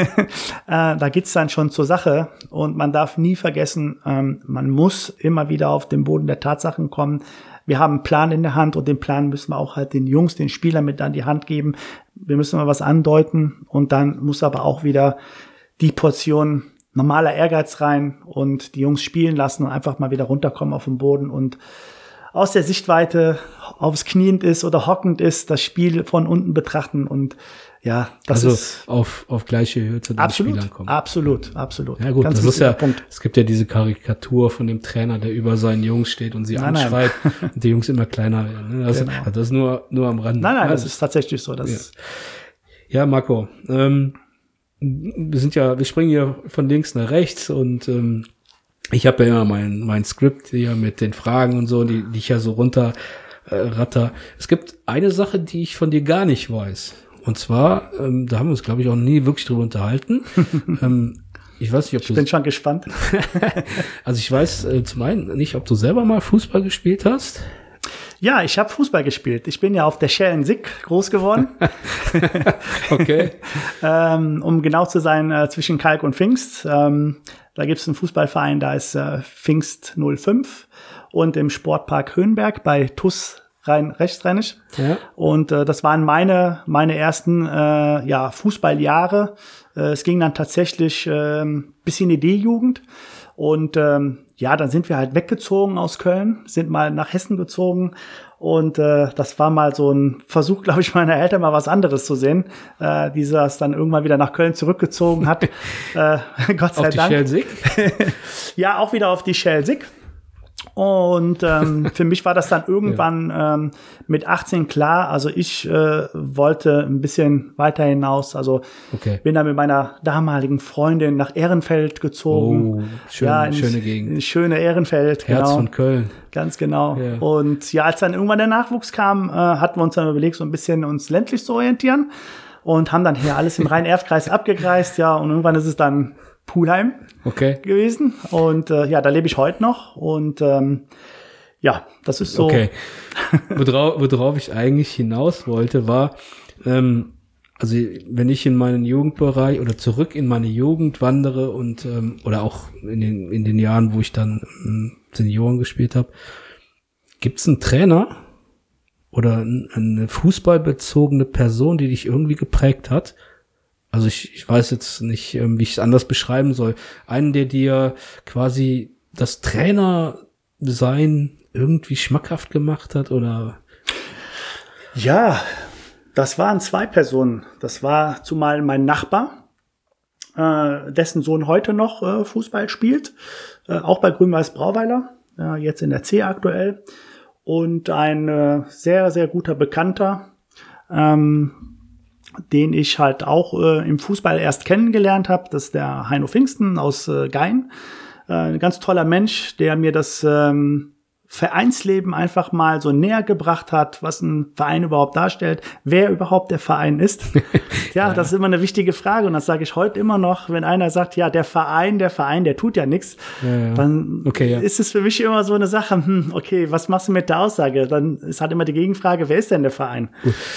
Da geht's dann schon zur Sache. Und man darf nie vergessen, man muss immer wieder auf den Boden der Tatsachen kommen. Wir haben einen Plan in der Hand und den Plan müssen wir auch halt den Jungs, den Spielern mit an die Hand geben. Wir müssen mal was andeuten und dann muss aber auch wieder die Portion normaler Ehrgeiz rein und die Jungs spielen lassen und einfach mal wieder runterkommen auf den Boden und aus der Sichtweite, ob es kniend ist oder hockend ist, das Spiel von unten betrachten und ja, das also ist auf gleiche Höhe zu den Spielern kommen. Absolut. Ja gut, Ganz das ist ja, Punkt. Es gibt ja diese Karikatur von dem Trainer, der über seinen Jungs steht und sie anschreit und die Jungs immer kleiner werden. Das ist nur am Rande. Nein, das ist tatsächlich so. Ja, Marco, wir springen hier von links nach rechts und ich habe ja immer mein Skript hier mit den Fragen und so, die ich ja so runter ratter. Es gibt eine Sache, die ich von dir gar nicht weiß. Und zwar, da haben wir uns, glaube ich, auch nie wirklich drüber unterhalten. Ich weiß nicht, ob ich bin schon gespannt. Also ich weiß zum einen nicht, ob du selber mal Fußball gespielt hast. Ja, ich habe Fußball gespielt. Ich bin ja auf der Schellen-Sick groß geworden. Okay. Um genau zu sein, zwischen Kalk und Pfingst. Da gibt es einen Fußballverein, da ist Pfingst 05 und im Sportpark Höhenberg bei TuS rechtsrheinisch. Ja. Und das waren meine ersten Fußballjahre. Es ging dann tatsächlich bis in die D-Jugend. Und dann sind wir halt weggezogen aus Köln, sind mal nach Hessen gezogen. Und das war mal so ein Versuch, glaube ich, meiner Eltern mal was anderes zu sehen, die das dann irgendwann wieder nach Köln zurückgezogen hat. Gott sei Dank. Auf die Schelsig? Ja, auch wieder auf die Schelsig. Und für mich war das dann irgendwann mit 18 klar. Also ich wollte ein bisschen weiter hinaus. Also bin dann mit meiner damaligen Freundin nach Ehrenfeld gezogen. Oh, schöne Gegend. Schöne Ehrenfeld, Herz von Köln. Ganz genau. Ja. Und ja, als dann irgendwann der Nachwuchs kam, hatten wir uns dann überlegt, so ein bisschen uns ländlich zu orientieren. Und haben dann hier alles im Rhein-Erf-Kreis abgegreist. Ja, und irgendwann ist es dann Pulheim gewesen. Und da lebe ich heute noch. Und das ist so. Okay. Worauf ich eigentlich hinaus wollte, war, also wenn ich in meinen Jugendbereich oder zurück in meine Jugend wandere und oder auch in den Jahren, wo ich dann Senioren gespielt habe, gibt's einen Trainer oder eine fußballbezogene Person, die dich irgendwie geprägt hat? Also ich weiß jetzt nicht, wie ich es anders beschreiben soll. Einen, der dir quasi das Trainersein irgendwie schmackhaft gemacht hat, oder? Ja, das waren 2 Personen. Das war zumal mein Nachbar. dessen Sohn heute noch Fußball spielt, auch bei Grün-Weiß Brauweiler, jetzt in der C aktuell. Und ein sehr, sehr guter Bekannter, den ich halt auch im Fußball erst kennengelernt habe, das ist der Heino Pfingsten aus Gein. Ein ganz toller Mensch, der mir das Vereinsleben einfach mal so näher gebracht hat, was ein Verein überhaupt darstellt, wer überhaupt der Verein ist. Ja, das ist immer eine wichtige Frage und das sage ich heute immer noch, wenn einer sagt, ja, der Verein, der tut ja nichts, dann ist es für mich immer so eine Sache, okay, was machst du mit der Aussage? Dann ist halt immer die Gegenfrage, wer ist denn der Verein?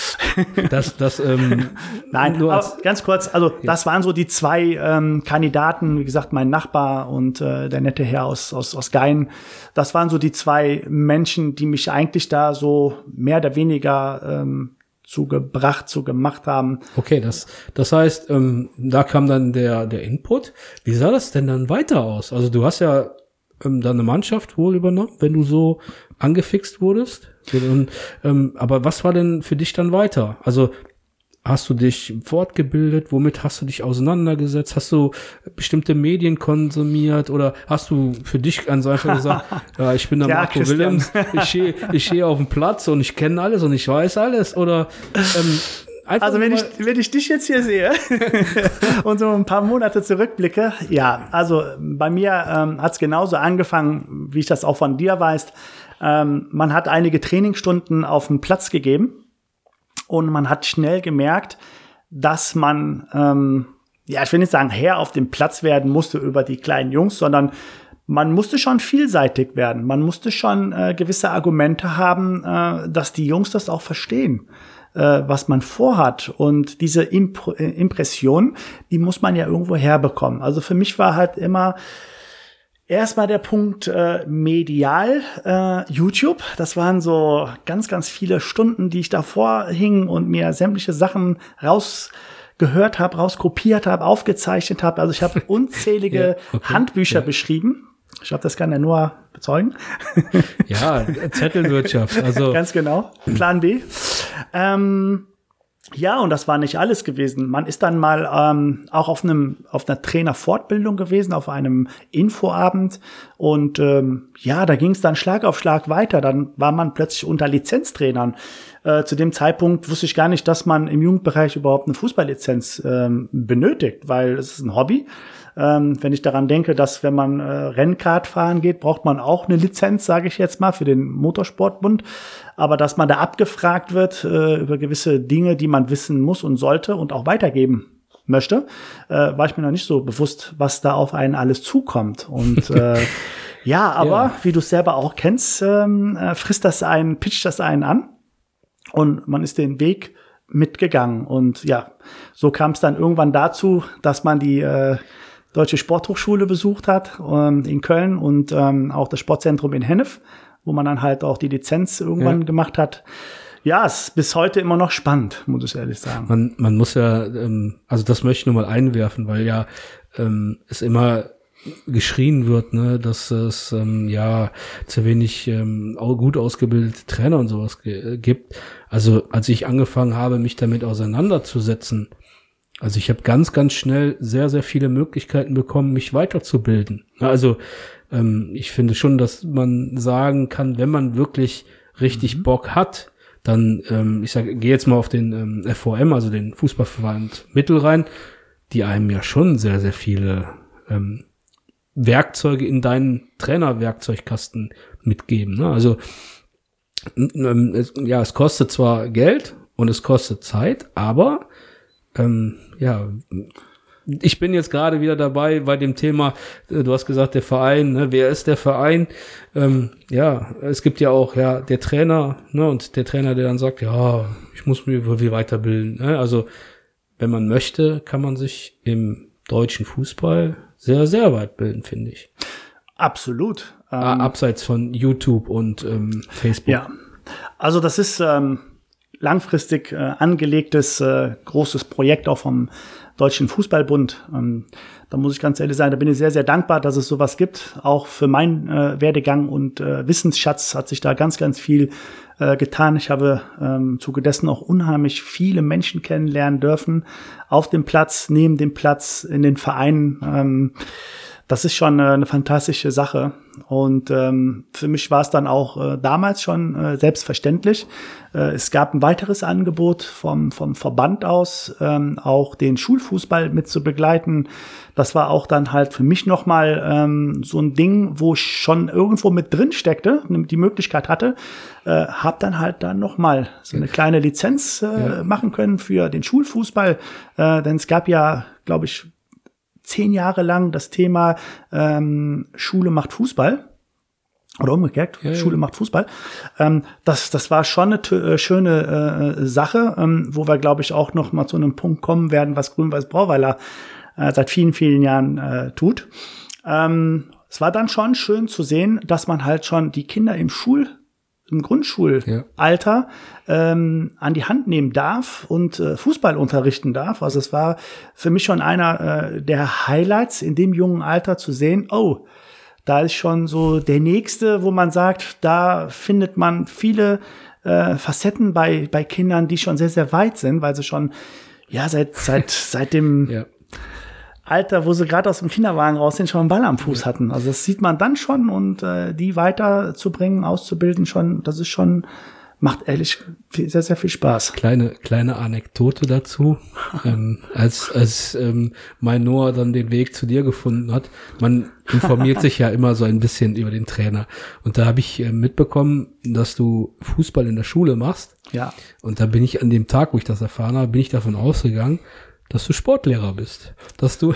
Nein, aber ganz kurz, also das waren so die zwei Kandidaten, wie gesagt, mein Nachbar und der nette Herr aus Gein, das waren so die zwei Menschen, die mich eigentlich da so mehr oder weniger gemacht haben. Okay, das heißt, da kam dann der Input. Wie sah das denn dann weiter aus? Also du hast ja dann eine Mannschaft wohl übernommen, wenn du so angefixt wurdest. Aber was war denn für dich dann weiter? Also hast du dich fortgebildet? Womit hast du dich auseinandergesetzt? Hast du bestimmte Medien konsumiert? Oder hast du für dich ganz einfach gesagt, ja, ich bin der Marco Willems, ich stehe auf dem Platz und ich kenne alles und ich weiß alles? Oder also wenn ich dich jetzt hier sehe und so ein paar Monate zurückblicke, ja, also bei mir hat es genauso angefangen, wie ich das auch von dir weißt. Man hat einige Trainingsstunden auf dem Platz gegeben. Und man hat schnell gemerkt, dass man, ich will nicht sagen, Herr auf dem Platz werden musste über die kleinen Jungs, sondern man musste schon vielseitig werden. Man musste schon gewisse Argumente haben, dass die Jungs das auch verstehen, was man vorhat. Und diese Impression, die muss man ja irgendwo herbekommen. Also für mich war halt immer erstmal der Punkt medial, YouTube. Das waren so ganz, ganz viele Stunden, die ich davor hing und mir sämtliche Sachen rausgehört habe, rauskopiert habe, aufgezeichnet habe. Also ich habe unzählige Handbücher beschrieben. Ich glaube, das kann er nur bezeugen. Ja, Zettelwirtschaft. Also ganz genau. Plan B. Ja, und das war nicht alles gewesen. Man ist dann mal auch auf einer Trainerfortbildung gewesen, auf einem Infoabend. Und da ging es dann Schlag auf Schlag weiter. Dann war man plötzlich unter Lizenztrainern. Zu dem Zeitpunkt wusste ich gar nicht, dass man im Jugendbereich überhaupt eine Fußballlizenz benötigt, weil es ist ein Hobby. Wenn ich daran denke, dass wenn man Rennkart fahren geht, braucht man auch eine Lizenz, sage ich jetzt mal, für den Motorsportbund. Aber dass man da abgefragt wird über gewisse Dinge, die man wissen muss und sollte und auch weitergeben möchte, war ich mir noch nicht so bewusst, was da auf einen alles zukommt. Und wie du es selber auch kennst, pitcht das einen an und man ist den Weg mitgegangen. Und ja, so kam es dann irgendwann dazu, dass man die Deutsche Sporthochschule besucht hat in Köln und auch das Sportzentrum in Hennef, wo man dann halt auch die Lizenz irgendwann gemacht hat. Ja, es ist bis heute immer noch spannend, muss ich ehrlich sagen. Man muss ja, also das möchte ich nur mal einwerfen, weil ja es immer geschrien wird, ne, dass es zu wenig gut ausgebildete Trainer und sowas gibt. Also als ich angefangen habe, mich damit auseinanderzusetzen, also ich habe ganz, ganz schnell sehr, sehr viele Möglichkeiten bekommen, mich weiterzubilden. Also ich finde schon, dass man sagen kann, wenn man wirklich richtig Bock hat, dann, gehe jetzt mal auf den FVM, also den Fußballverband Mittelrhein, die einem ja schon sehr, sehr viele Werkzeuge in deinen Trainerwerkzeugkasten mitgeben. Ne? Also es kostet zwar Geld und es kostet Zeit, aber ich bin jetzt gerade wieder dabei bei dem Thema, du hast gesagt, der Verein, ne, wer ist der Verein? Es gibt ja auch der Trainer, ne, und der Trainer, der dann sagt, ja, ich muss mich irgendwie weiterbilden. Ne? Also wenn man möchte, kann man sich im deutschen Fußball sehr, sehr weit bilden, finde ich. Absolut. Abseits von YouTube und Facebook. Ja, also das ist langfristig angelegtes großes Projekt auch vom Deutschen Fußballbund. Da muss ich ganz ehrlich sagen, da bin ich sehr, sehr dankbar, dass es sowas gibt. Auch für meinen Werdegang und Wissensschatz hat sich da ganz, ganz viel getan. Ich habe im Zuge dessen auch unheimlich viele Menschen kennenlernen dürfen. Auf dem Platz, neben dem Platz, in den Vereinen. Das ist schon eine fantastische Sache. Und für mich war es dann auch damals schon selbstverständlich. Es gab ein weiteres Angebot vom Verband aus, auch den Schulfußball mit zu begleiten. Das war auch dann halt für mich nochmal so ein Ding, wo ich schon irgendwo mit drin steckte, die Möglichkeit hatte, habe dann halt dann nochmal so eine kleine Lizenz machen können für den Schulfußball. Denn es gab ja, glaube ich, 10 Jahre lang das Thema Schule macht Fußball. Oder umgekehrt, Schule macht Fußball. Das war schon eine schöne Sache, wo wir, glaube ich, auch noch mal zu einem Punkt kommen werden, was Grün-Weiß Brauweiler seit vielen, vielen Jahren tut. Es war dann schon schön zu sehen, dass man halt schon die Kinder im Grundschulalter an die Hand nehmen darf und Fußball unterrichten darf. Also es war für mich schon einer der Highlights in dem jungen Alter zu sehen, oh, da ist schon so der Nächste, wo man sagt, da findet man viele Facetten bei Kindern, die schon sehr, sehr weit sind, weil sie schon seit dem Alter, wo sie gerade aus dem Kinderwagen raus sind, schon einen Ball am Fuß hatten. Also das sieht man dann schon und die weiterzubringen, auszubilden schon, das ist schon, macht ehrlich sehr, sehr viel Spaß. Kleine Anekdote dazu. Als mein Noah dann den Weg zu dir gefunden hat, man informiert sich ja immer so ein bisschen über den Trainer. Und da habe ich mitbekommen, dass du Fußball in der Schule machst. Ja. Und da bin ich an dem Tag, wo ich das erfahren habe, bin ich davon ausgegangen, dass du Sportlehrer bist. Dass du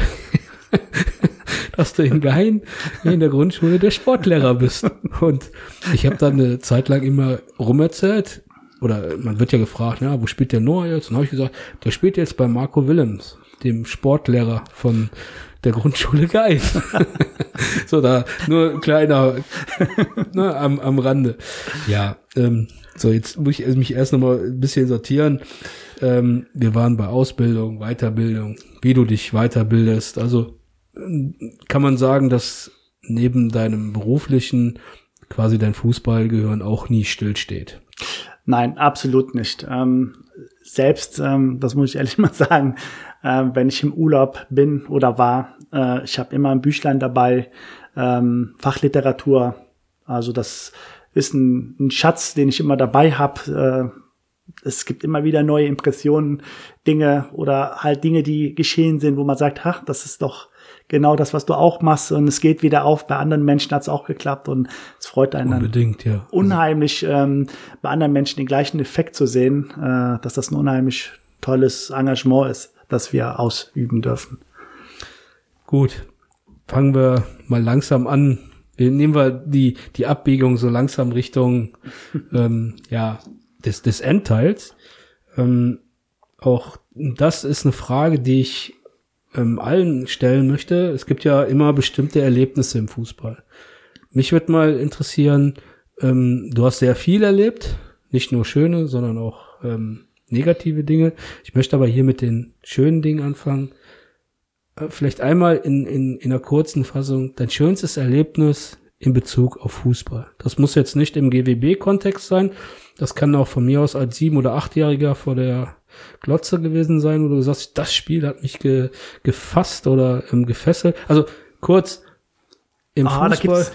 in Geheim in der Grundschule der Sportlehrer bist. Und ich habe dann eine Zeit lang immer rumerzählt, oder man wird ja gefragt, ja, wo spielt der Noah jetzt? Und habe ich gesagt, der spielt jetzt bei Marco Willems, dem Sportlehrer von der Grundschule Geheim. So, da nur ein kleiner am Rande. Ja, so jetzt muss ich mich erst nochmal ein bisschen sortieren. Wir waren bei Ausbildung, Weiterbildung, wie du dich weiterbildest. Also kann man sagen, dass neben deinem beruflichen quasi dein Fußballgehirn auch nie stillsteht? Nein, absolut nicht. Selbst, das muss ich ehrlich mal sagen, wenn ich im Urlaub bin oder war, ich habe immer ein Büchlein dabei, Fachliteratur. Also das ist ein Schatz, den ich immer dabei habe. Es gibt immer wieder neue Impressionen, Dinge oder halt Dinge, die geschehen sind, wo man sagt, ach, das ist doch genau das, was du auch machst und es geht wieder auf. Bei anderen Menschen hat es auch geklappt und es freut einen unbedingt, ja. Unheimlich, bei anderen Menschen den gleichen Effekt zu sehen, dass das ein unheimlich tolles Engagement ist, das wir ausüben dürfen. Gut, fangen wir mal langsam an. Nehmen wir die Abbiegung so langsam Richtung des Endteils. Auch das ist eine Frage, die ich allen stellen möchte. Es gibt ja immer bestimmte Erlebnisse im Fußball. Mich würde mal interessieren, du hast sehr viel erlebt, nicht nur schöne, sondern auch negative Dinge. Ich möchte aber hier mit den schönen Dingen anfangen. Vielleicht einmal in einer kurzen Fassung dein schönstes Erlebnis in Bezug auf Fußball. Das muss jetzt nicht im GWB-Kontext sein. Das kann auch von mir aus als 7- oder 8-Jähriger vor der Glotze gewesen sein, wo du sagst, das Spiel hat mich gefasst oder gefesselt. Also kurz im Fußball.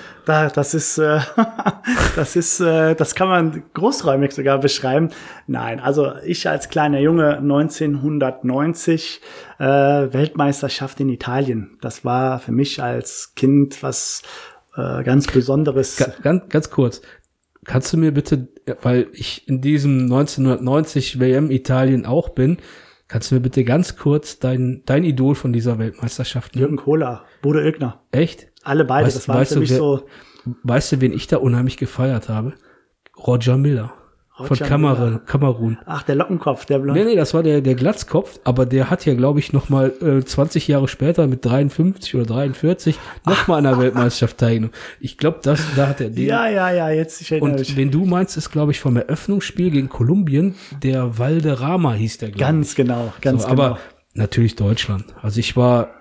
Das kann man großräumig sogar beschreiben. Nein, also ich als kleiner Junge 1990 Weltmeisterschaft in Italien. Das war für mich als Kind was ganz Besonderes. Ganz kurz. Kannst du mir bitte, weil ich in diesem 1990 WM Italien auch bin, kannst du mir bitte ganz kurz dein Idol von dieser Weltmeisterschaft nennen? Jürgen Kohler, Bodo Illgner. Echt? Alle beide, das war für mich so. Weißt du, wen ich da unheimlich gefeiert habe? Roger Miller. Von Kamerun. Ach, der Lockenkopf, der Blond. Nee, das war der Glatzkopf, aber der hat ja, glaube ich, noch mal 20 Jahre später mit 53 oder 43 noch mal an der Weltmeisterschaft teilgenommen. Ich glaube, da hat er den. Ja, jetzt ich erinnere mich. Und wen du meinst, ist, glaube ich, vom Eröffnungsspiel gegen Kolumbien, der Valderrama hieß der, glaube ich. Ganz genau. Aber Natürlich Deutschland. Also ich war,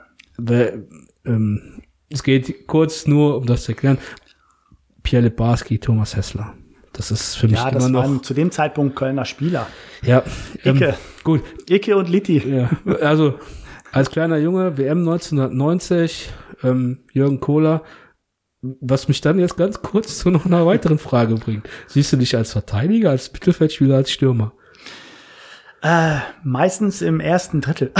es geht kurz nur, um das zu erklären, Pierre Littbarski, Thomas Hässler. Das ist für mich immer noch... waren zu dem Zeitpunkt Kölner Spieler. Ja. Icke. Gut. Icke und Litti. Ja, also als kleiner Junge, WM 1990, Jürgen Kohler, was mich dann jetzt ganz kurz zu noch einer weiteren Frage bringt. Siehst du dich als Verteidiger, als Mittelfeldspieler, als Stürmer? Meistens im ersten Drittel.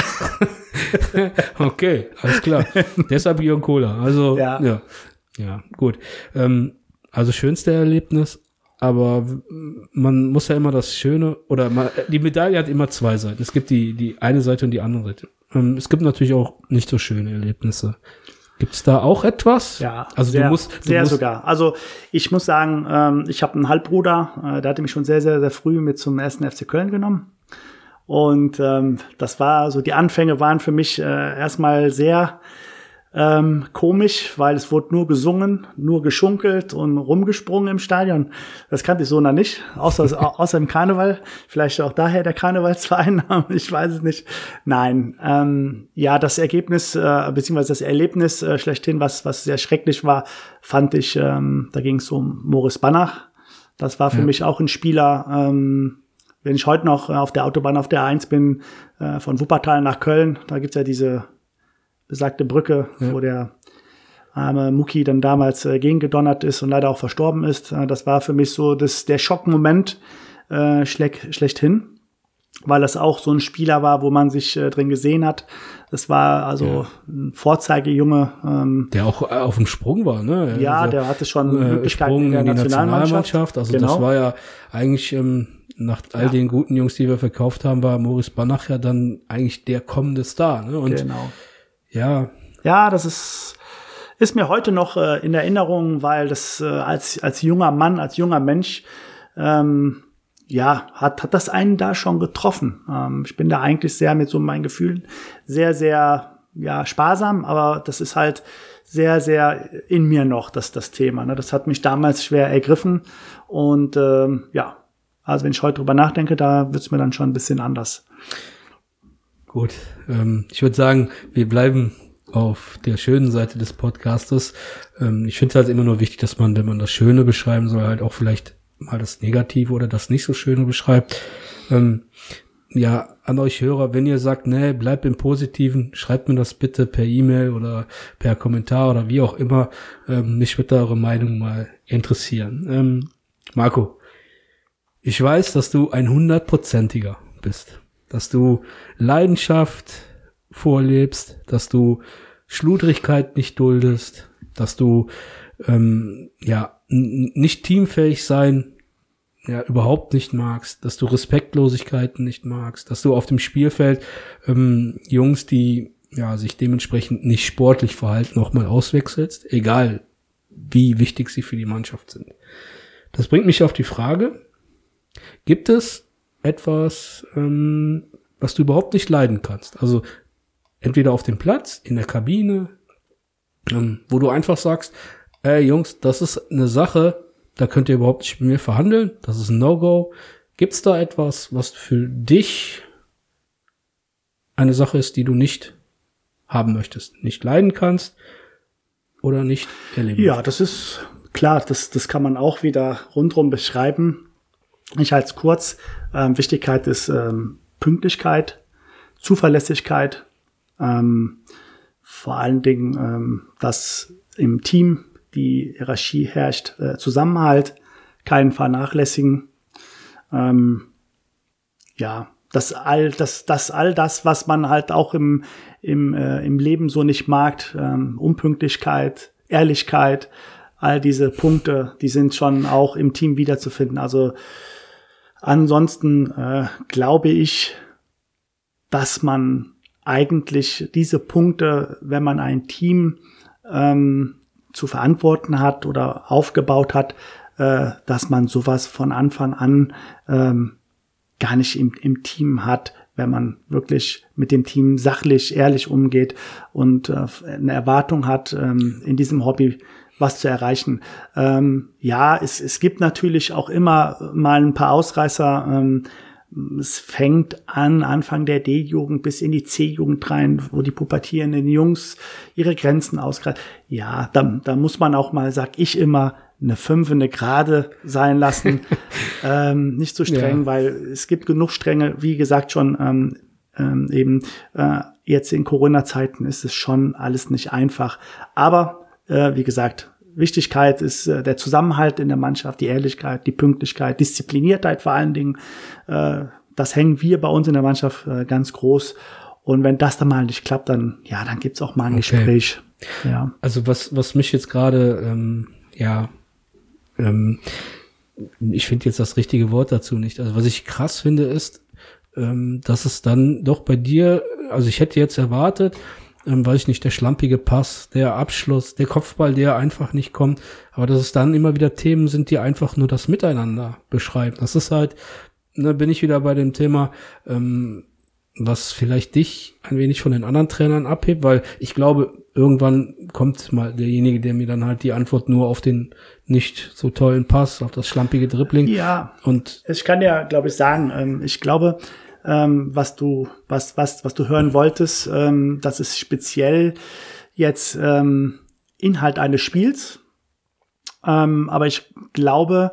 Okay, alles klar. Deshalb Jürgen Kohler. Also, ja, gut. Also schönste Erlebnis, aber man muss ja immer das Schöne, oder die Medaille hat immer zwei Seiten. Es gibt die eine Seite und die andere Seite. Es gibt natürlich auch nicht so schöne Erlebnisse. Gibt's da auch etwas? Ja, also sehr, du musst sogar. Also ich muss sagen, ich habe einen Halbbruder, der hatte mich schon sehr, sehr, sehr früh mit zum 1. FC Köln genommen. Und das war so, die Anfänge waren für mich erstmal sehr komisch, weil es wurde nur gesungen, nur geschunkelt und rumgesprungen im Stadion. Das kannte ich so noch nicht, außer im Karneval. Vielleicht auch daher der Karnevalsverein, ich weiß es nicht. Nein, ja, das Ergebnis beziehungsweise das Erlebnis schlechthin, was sehr schrecklich war, fand ich, da ging es um Moritz Banach. Das war für mich auch ein Spieler, wenn ich heute noch auf der Autobahn auf der A1 bin, von Wuppertal nach Köln, da gibt's ja diese besagte Brücke, wo der arme Mucki dann damals gegengedonnert ist und leider auch verstorben ist. Das war für mich so der Schockmoment schlechthin, weil das auch so ein Spieler war, wo man sich drin gesehen hat. Das war also ein Vorzeigejunge. Der auch auf dem Sprung war, ne? Ja, also, der hatte schon Möglichkeiten in der Nationalmannschaft. Also genau. Das war ja eigentlich nach all den guten Jungs, die wir verkauft haben, war Moritz Banach ja dann eigentlich der kommende Star. Ne? Und genau. Ja, das ist mir heute noch in Erinnerung, weil das als junger Mann, als junger Mensch, hat das einen da schon getroffen. Ich bin da eigentlich sehr mit so meinen Gefühlen sehr, sehr sparsam, aber das ist halt sehr, sehr in mir noch, das Thema. Ne? Das hat mich damals schwer ergriffen und also wenn ich heute drüber nachdenke, da wird's mir dann schon ein bisschen anders. Gut, ich würde sagen, wir bleiben auf der schönen Seite des Podcastes. Ich finde es halt immer nur wichtig, dass man, wenn man das Schöne beschreiben soll, halt auch vielleicht mal das Negative oder das nicht so Schöne beschreibt. An euch Hörer, wenn ihr sagt, nee, bleibt im Positiven, schreibt mir das bitte per E-Mail oder per Kommentar oder wie auch immer. Mich würde eure Meinung mal interessieren. Marco, ich weiß, dass du ein 100%iger bist. Dass du Leidenschaft vorlebst, dass du Schludrigkeit nicht duldest, dass du nicht teamfähig sein überhaupt nicht magst, dass du Respektlosigkeiten nicht magst, dass du auf dem Spielfeld Jungs, die sich dementsprechend nicht sportlich verhalten, auch mal auswechselst, egal wie wichtig sie für die Mannschaft sind. Das bringt mich auf die Frage, gibt es etwas, was du überhaupt nicht leiden kannst? Also entweder auf dem Platz, in der Kabine, wo du einfach sagst, Jungs, das ist eine Sache, da könnt ihr überhaupt nicht mit mir verhandeln, das ist ein No-Go. Gibt's da etwas, was für dich eine Sache ist, die du nicht haben möchtest, nicht leiden kannst oder nicht erleben? Ja, das ist klar, das kann man auch wieder rundherum beschreiben. Ich halte es kurz. Wichtigkeit ist Pünktlichkeit, Zuverlässigkeit, vor allen Dingen, dass im Team die Hierarchie herrscht, Zusammenhalt, keinen vernachlässigen. Das all das, was man halt auch im Leben so nicht mag, Unpünktlichkeit, Ehrlichkeit, all diese Punkte, die sind schon auch im Team wiederzufinden. Also ansonsten glaube ich, dass man eigentlich diese Punkte, wenn man ein Team zu verantworten hat oder aufgebaut hat, dass man sowas von Anfang an gar nicht im Team hat, wenn man wirklich mit dem Team sachlich, ehrlich umgeht und eine Erwartung hat, in diesem Hobby was zu erreichen. Es gibt natürlich auch immer mal ein paar Ausreißer, es fängt an, Anfang der D-Jugend bis in die C-Jugend rein, wo die pubertierenden Jungs ihre Grenzen ausgreifen. Ja, da muss man auch mal, sag ich immer, eine 5, eine Gerade sein lassen. Nicht so streng, weil es gibt genug Strenge, wie gesagt schon, jetzt in Corona-Zeiten ist es schon alles nicht einfach. Aber wie gesagt, Wichtigkeit ist der Zusammenhalt in der Mannschaft, die Ehrlichkeit, die Pünktlichkeit, Diszipliniertheit vor allen Dingen. Das hängen wir bei uns in der Mannschaft ganz groß. Und wenn das dann mal nicht klappt, dann gibt's auch mal ein Gespräch. Ja. Also was mich jetzt gerade, ich finde jetzt das richtige Wort dazu nicht. Also was ich krass finde ist, dass es dann doch bei dir, also ich hätte jetzt erwartet, weiß ich nicht, der schlampige Pass, der Abschluss, der Kopfball, der einfach nicht kommt, aber dass es dann immer wieder Themen sind, die einfach nur das Miteinander beschreiben. Das ist halt, bin ich wieder bei dem Thema, was vielleicht dich ein wenig von den anderen Trainern abhebt, weil ich glaube, irgendwann kommt mal derjenige, der mir dann halt die Antwort nur auf den nicht so tollen Pass, auf das schlampige Dribbling. Ja, und ich kann dir, glaube ich, sagen, ich glaube, was du hören wolltest, das ist speziell jetzt Inhalt eines Spiels. Aber ich glaube,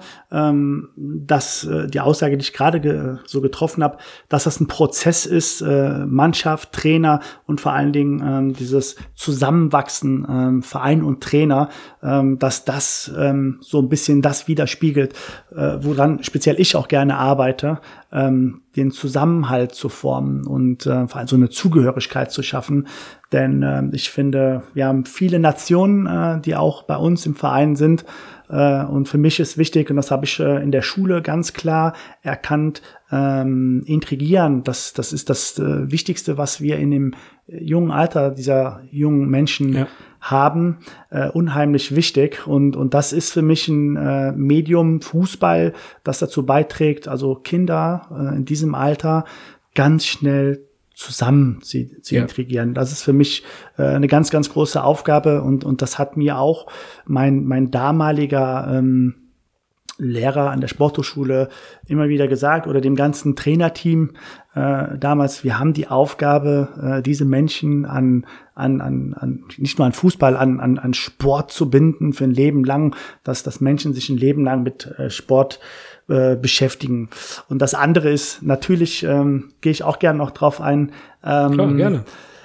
dass die Aussage, die ich gerade so getroffen habe, dass das ein Prozess ist, Mannschaft, Trainer und vor allen Dingen dieses Zusammenwachsen, Verein und Trainer, dass das so ein bisschen das widerspiegelt, woran speziell ich auch gerne arbeite, den Zusammenhalt zu formen und vor allem so eine Zugehörigkeit zu schaffen. Denn ich finde, wir haben viele Nationen, die auch bei uns im Verein sind. Und für mich ist wichtig, und das habe ich in der Schule ganz klar erkannt, intrigieren, das ist das Wichtigste, was wir in dem jungen Alter dieser jungen Menschen haben, unheimlich wichtig. Und das ist für mich ein Medium Fußball, das dazu beiträgt, also Kinder in diesem Alter ganz schnell zusammen zu integrieren. Das ist für mich eine ganz, ganz große Aufgabe und das hat mir auch mein damaliger Lehrer an der Sporthochschule immer wieder gesagt oder dem ganzen Trainerteam damals, wir haben die Aufgabe, diese Menschen an nicht nur an Fußball, an Sport zu binden für ein Leben lang, dass Menschen sich ein Leben lang mit Sport beschäftigen. Und das andere ist, natürlich gehe ich auch gerne noch drauf ein. Klar, gerne.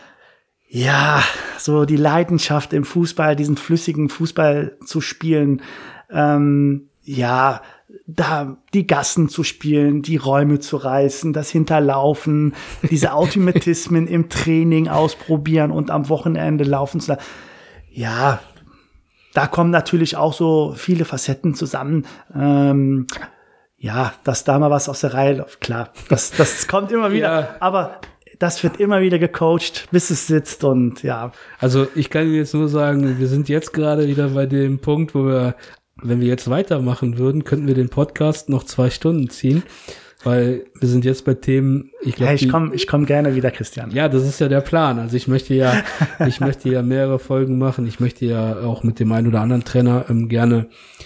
Ja, so die Leidenschaft im Fußball, diesen flüssigen Fußball zu spielen, da die Gassen zu spielen, die Räume zu reißen, das Hinterlaufen, diese Automatismen im Training ausprobieren und am Wochenende laufen zu lassen. Ja, da kommen natürlich auch so viele Facetten zusammen. Dass da mal was aus der Reihe läuft, klar, das kommt immer wieder, aber das wird immer wieder gecoacht, bis es sitzt und ja. Also ich kann jetzt nur sagen, wir sind jetzt gerade wieder bei dem Punkt, wo wir, wenn wir jetzt weitermachen würden, könnten wir den Podcast noch 2 Stunden ziehen, weil wir sind jetzt bei Themen, ich glaube, ich komm gerne wieder, Christian. Ja, das ist ja der Plan. Also ich möchte ja mehrere Folgen machen. Ich möchte ja auch mit dem einen oder anderen Trainer gerne,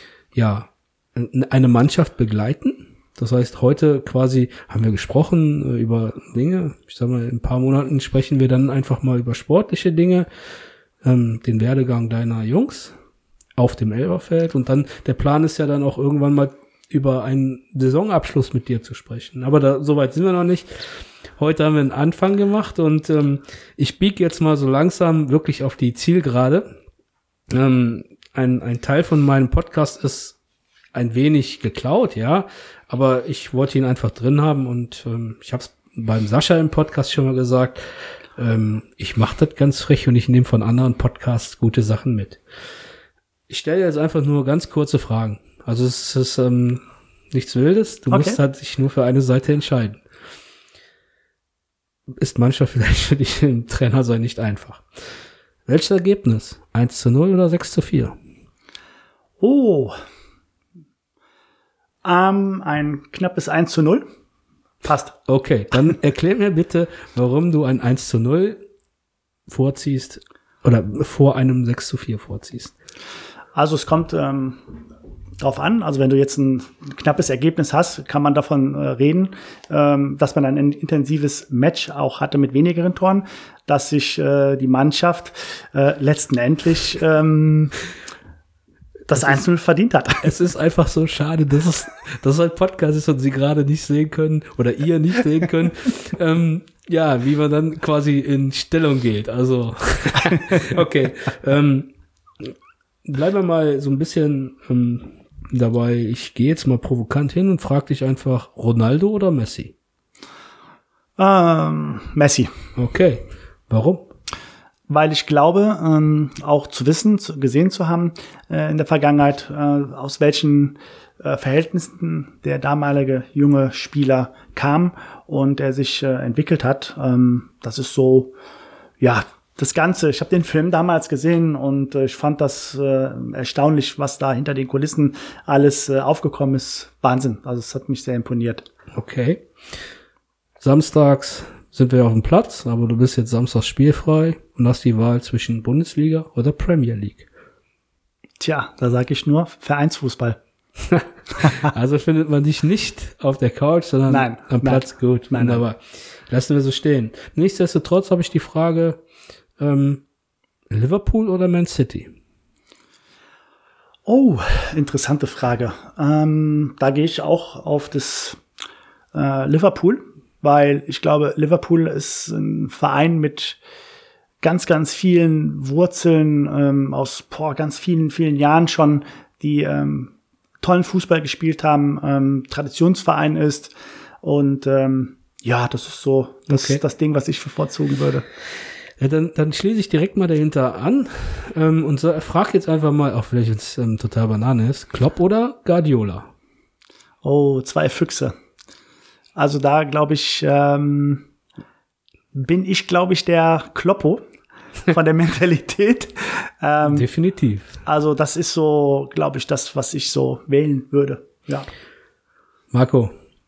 eine Mannschaft begleiten. Das heißt, heute quasi haben wir gesprochen über Dinge. Ich sag mal, in ein paar Monaten sprechen wir dann einfach mal über sportliche Dinge, den Werdegang deiner Jungs auf dem Elberfeld. Und dann, der Plan ist ja dann auch irgendwann mal über einen Saisonabschluss mit dir zu sprechen. Aber soweit sind wir noch nicht. Heute haben wir einen Anfang gemacht und ich biege jetzt mal so langsam wirklich auf die Zielgerade. Ein Teil von meinem Podcast ist ein wenig geklaut, ja, aber ich wollte ihn einfach drin haben und ich habe es beim Sascha im Podcast schon mal gesagt, ich mache das ganz frech und ich nehme von anderen Podcasts gute Sachen mit. Ich stelle jetzt einfach nur ganz kurze Fragen. Also es ist nichts Wildes, du musst halt dich nur für eine Seite entscheiden. Ist manchmal vielleicht für dich im Trainer sein nicht einfach. Welches Ergebnis? 1:0 oder 6:4? Oh, ein knappes 1:0. Passt. Okay, dann erklär mir bitte, warum du ein 1:0 vorziehst oder vor einem 6:4 vorziehst. Also es kommt drauf an. Also wenn du jetzt ein knappes Ergebnis hast, kann man davon reden, dass man ein intensives Match auch hatte mit wenigeren Toren, dass sich die Mannschaft letztendlich das 1-0 verdient hat. Es ist einfach so schade, dass es ein Podcast ist und Sie gerade nicht sehen können oder ihr nicht sehen können, wie man dann quasi in Stellung geht. Also, okay. Bleiben wir mal so ein bisschen dabei. Ich gehe jetzt mal provokant hin und frage dich einfach, Ronaldo oder Messi? Messi. Okay. Warum? Weil ich glaube, auch zu wissen, gesehen zu haben in der Vergangenheit, aus welchen Verhältnissen der damalige junge Spieler kam und er sich entwickelt hat. Das ist so, ja, das Ganze. Ich habe den Film damals gesehen und ich fand das erstaunlich, was da hinter den Kulissen alles aufgekommen ist. Wahnsinn. Also es hat mich sehr imponiert. Okay. Samstags sind wir auf dem Platz, aber du bist jetzt samstags spielfrei und hast die Wahl zwischen Bundesliga oder Premier League. Tja, da sage ich nur Vereinsfußball. Also findet man dich nicht auf der Couch, sondern am Platz. Gut, wunderbar. Lassen wir so stehen. Nichtsdestotrotz habe ich die Frage, Liverpool oder Man City? Oh, interessante Frage. Da gehe ich auch auf das Liverpool, weil ich glaube, Liverpool ist ein Verein mit ganz, ganz vielen Wurzeln aus ganz vielen, vielen Jahren schon, die tollen Fußball gespielt haben, Traditionsverein ist und das ist so das Ding, was ich bevorzugen würde. Ja, dann schließe ich direkt mal dahinter an und frage jetzt einfach mal, auch vielleicht jetzt total Banane ist, Klopp oder Guardiola? Oh, zwei Füchse. Also da glaube ich, bin ich, glaube ich, der Kloppo von der Mentalität. Definitiv. Also das ist so, glaube ich, das, was ich so wählen würde. Ja. Marco,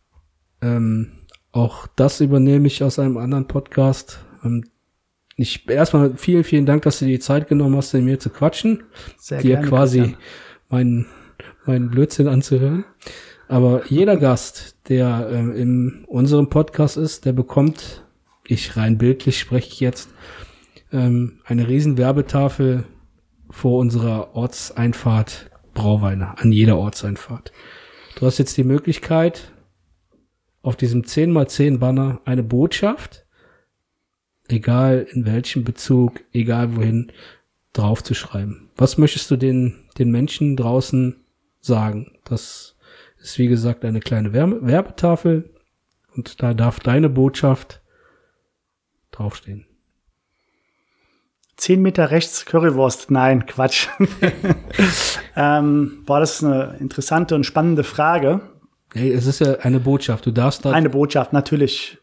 auch das übernehme ich aus einem anderen Podcast. Erstmal vielen, vielen Dank, dass du dir die Zeit genommen hast, mit mir zu quatschen. Sehr dir gerne, quasi meinen Blödsinn anzuhören. Aber jeder Gast, der in unserem Podcast ist, der bekommt, rein bildlich spreche ich jetzt, eine riesen Werbetafel vor unserer Ortseinfahrt Brauweiler, an jeder Ortseinfahrt. Du hast jetzt die Möglichkeit, auf diesem 10x10 Banner eine Botschaft, egal in welchem Bezug, egal wohin, draufzuschreiben. Was möchtest du den Menschen draußen sagen? Das ist, wie gesagt, eine kleine Werbetafel und da darf deine Botschaft draufstehen. 10 Meter rechts Currywurst. Nein, Quatsch. Das ist eine interessante und spannende Frage. Hey, es ist ja eine Botschaft. Du darfst da... Eine Botschaft, natürlich.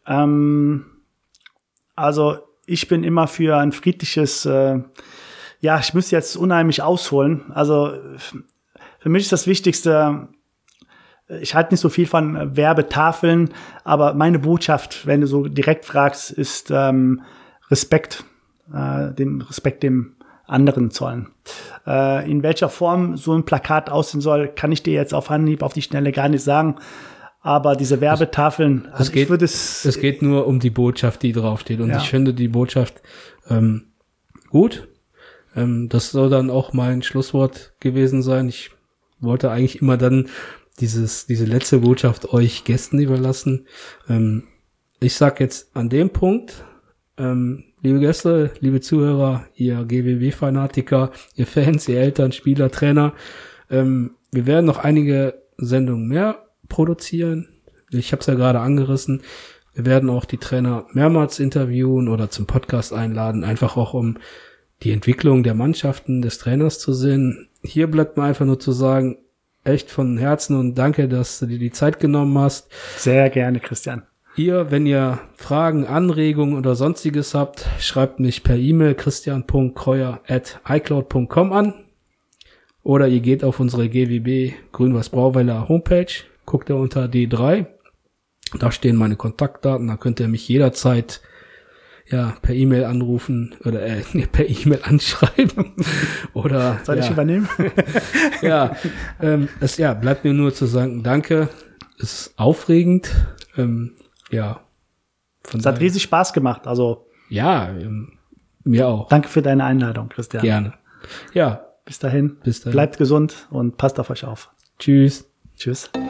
Also ich bin immer für ein friedliches, ich müsste jetzt unheimlich ausholen. Also für mich ist das Wichtigste, ich halte nicht so viel von Werbetafeln, aber meine Botschaft, wenn du so direkt fragst, ist Respekt, dem anderen zollen. In welcher Form so ein Plakat aussehen soll, kann ich dir jetzt auf Anhieb, auf die Schnelle gar nicht sagen. Aber diese Werbetafeln, es geht nur um die Botschaft, die draufsteht. Und ich finde die Botschaft gut. Das soll dann auch mein Schlusswort gewesen sein. Ich wollte eigentlich immer dann diese letzte Botschaft euch Gästen überlassen. Ich sag jetzt an dem Punkt, liebe Gäste, liebe Zuhörer, ihr GWW-Fanatiker, ihr Fans, ihr Eltern, Spieler, Trainer, wir werden noch einige Sendungen mehr produzieren. Ich habe es ja gerade angerissen. Wir werden auch die Trainer mehrmals interviewen oder zum Podcast einladen, einfach auch um die Entwicklung der Mannschaften des Trainers zu sehen. Hier bleibt mir einfach nur zu sagen, echt von Herzen und danke, dass du dir die Zeit genommen hast. Sehr gerne, Christian. Wenn ihr Fragen, Anregungen oder sonstiges habt, schreibt mich per E-Mail christian.kreuer@icloud.com an oder ihr geht auf unsere GWB Grün-Weiß-Brauweiler Homepage, guckt ihr unter D3, da stehen meine Kontaktdaten, da könnt ihr mich jederzeit ja, per E-Mail anrufen oder per E-Mail anschreiben oder Soll ich übernehmen? ja, es bleibt mir nur zu sagen, danke. Es ist aufregend. Ja. Es hat riesig Spaß gemacht. Also ja, mir auch. Danke für deine Einladung, Christian. Gerne. Ja. Bis dahin. Bis dahin. Bleibt gesund und passt auf euch auf. Tschüss. Tschüss.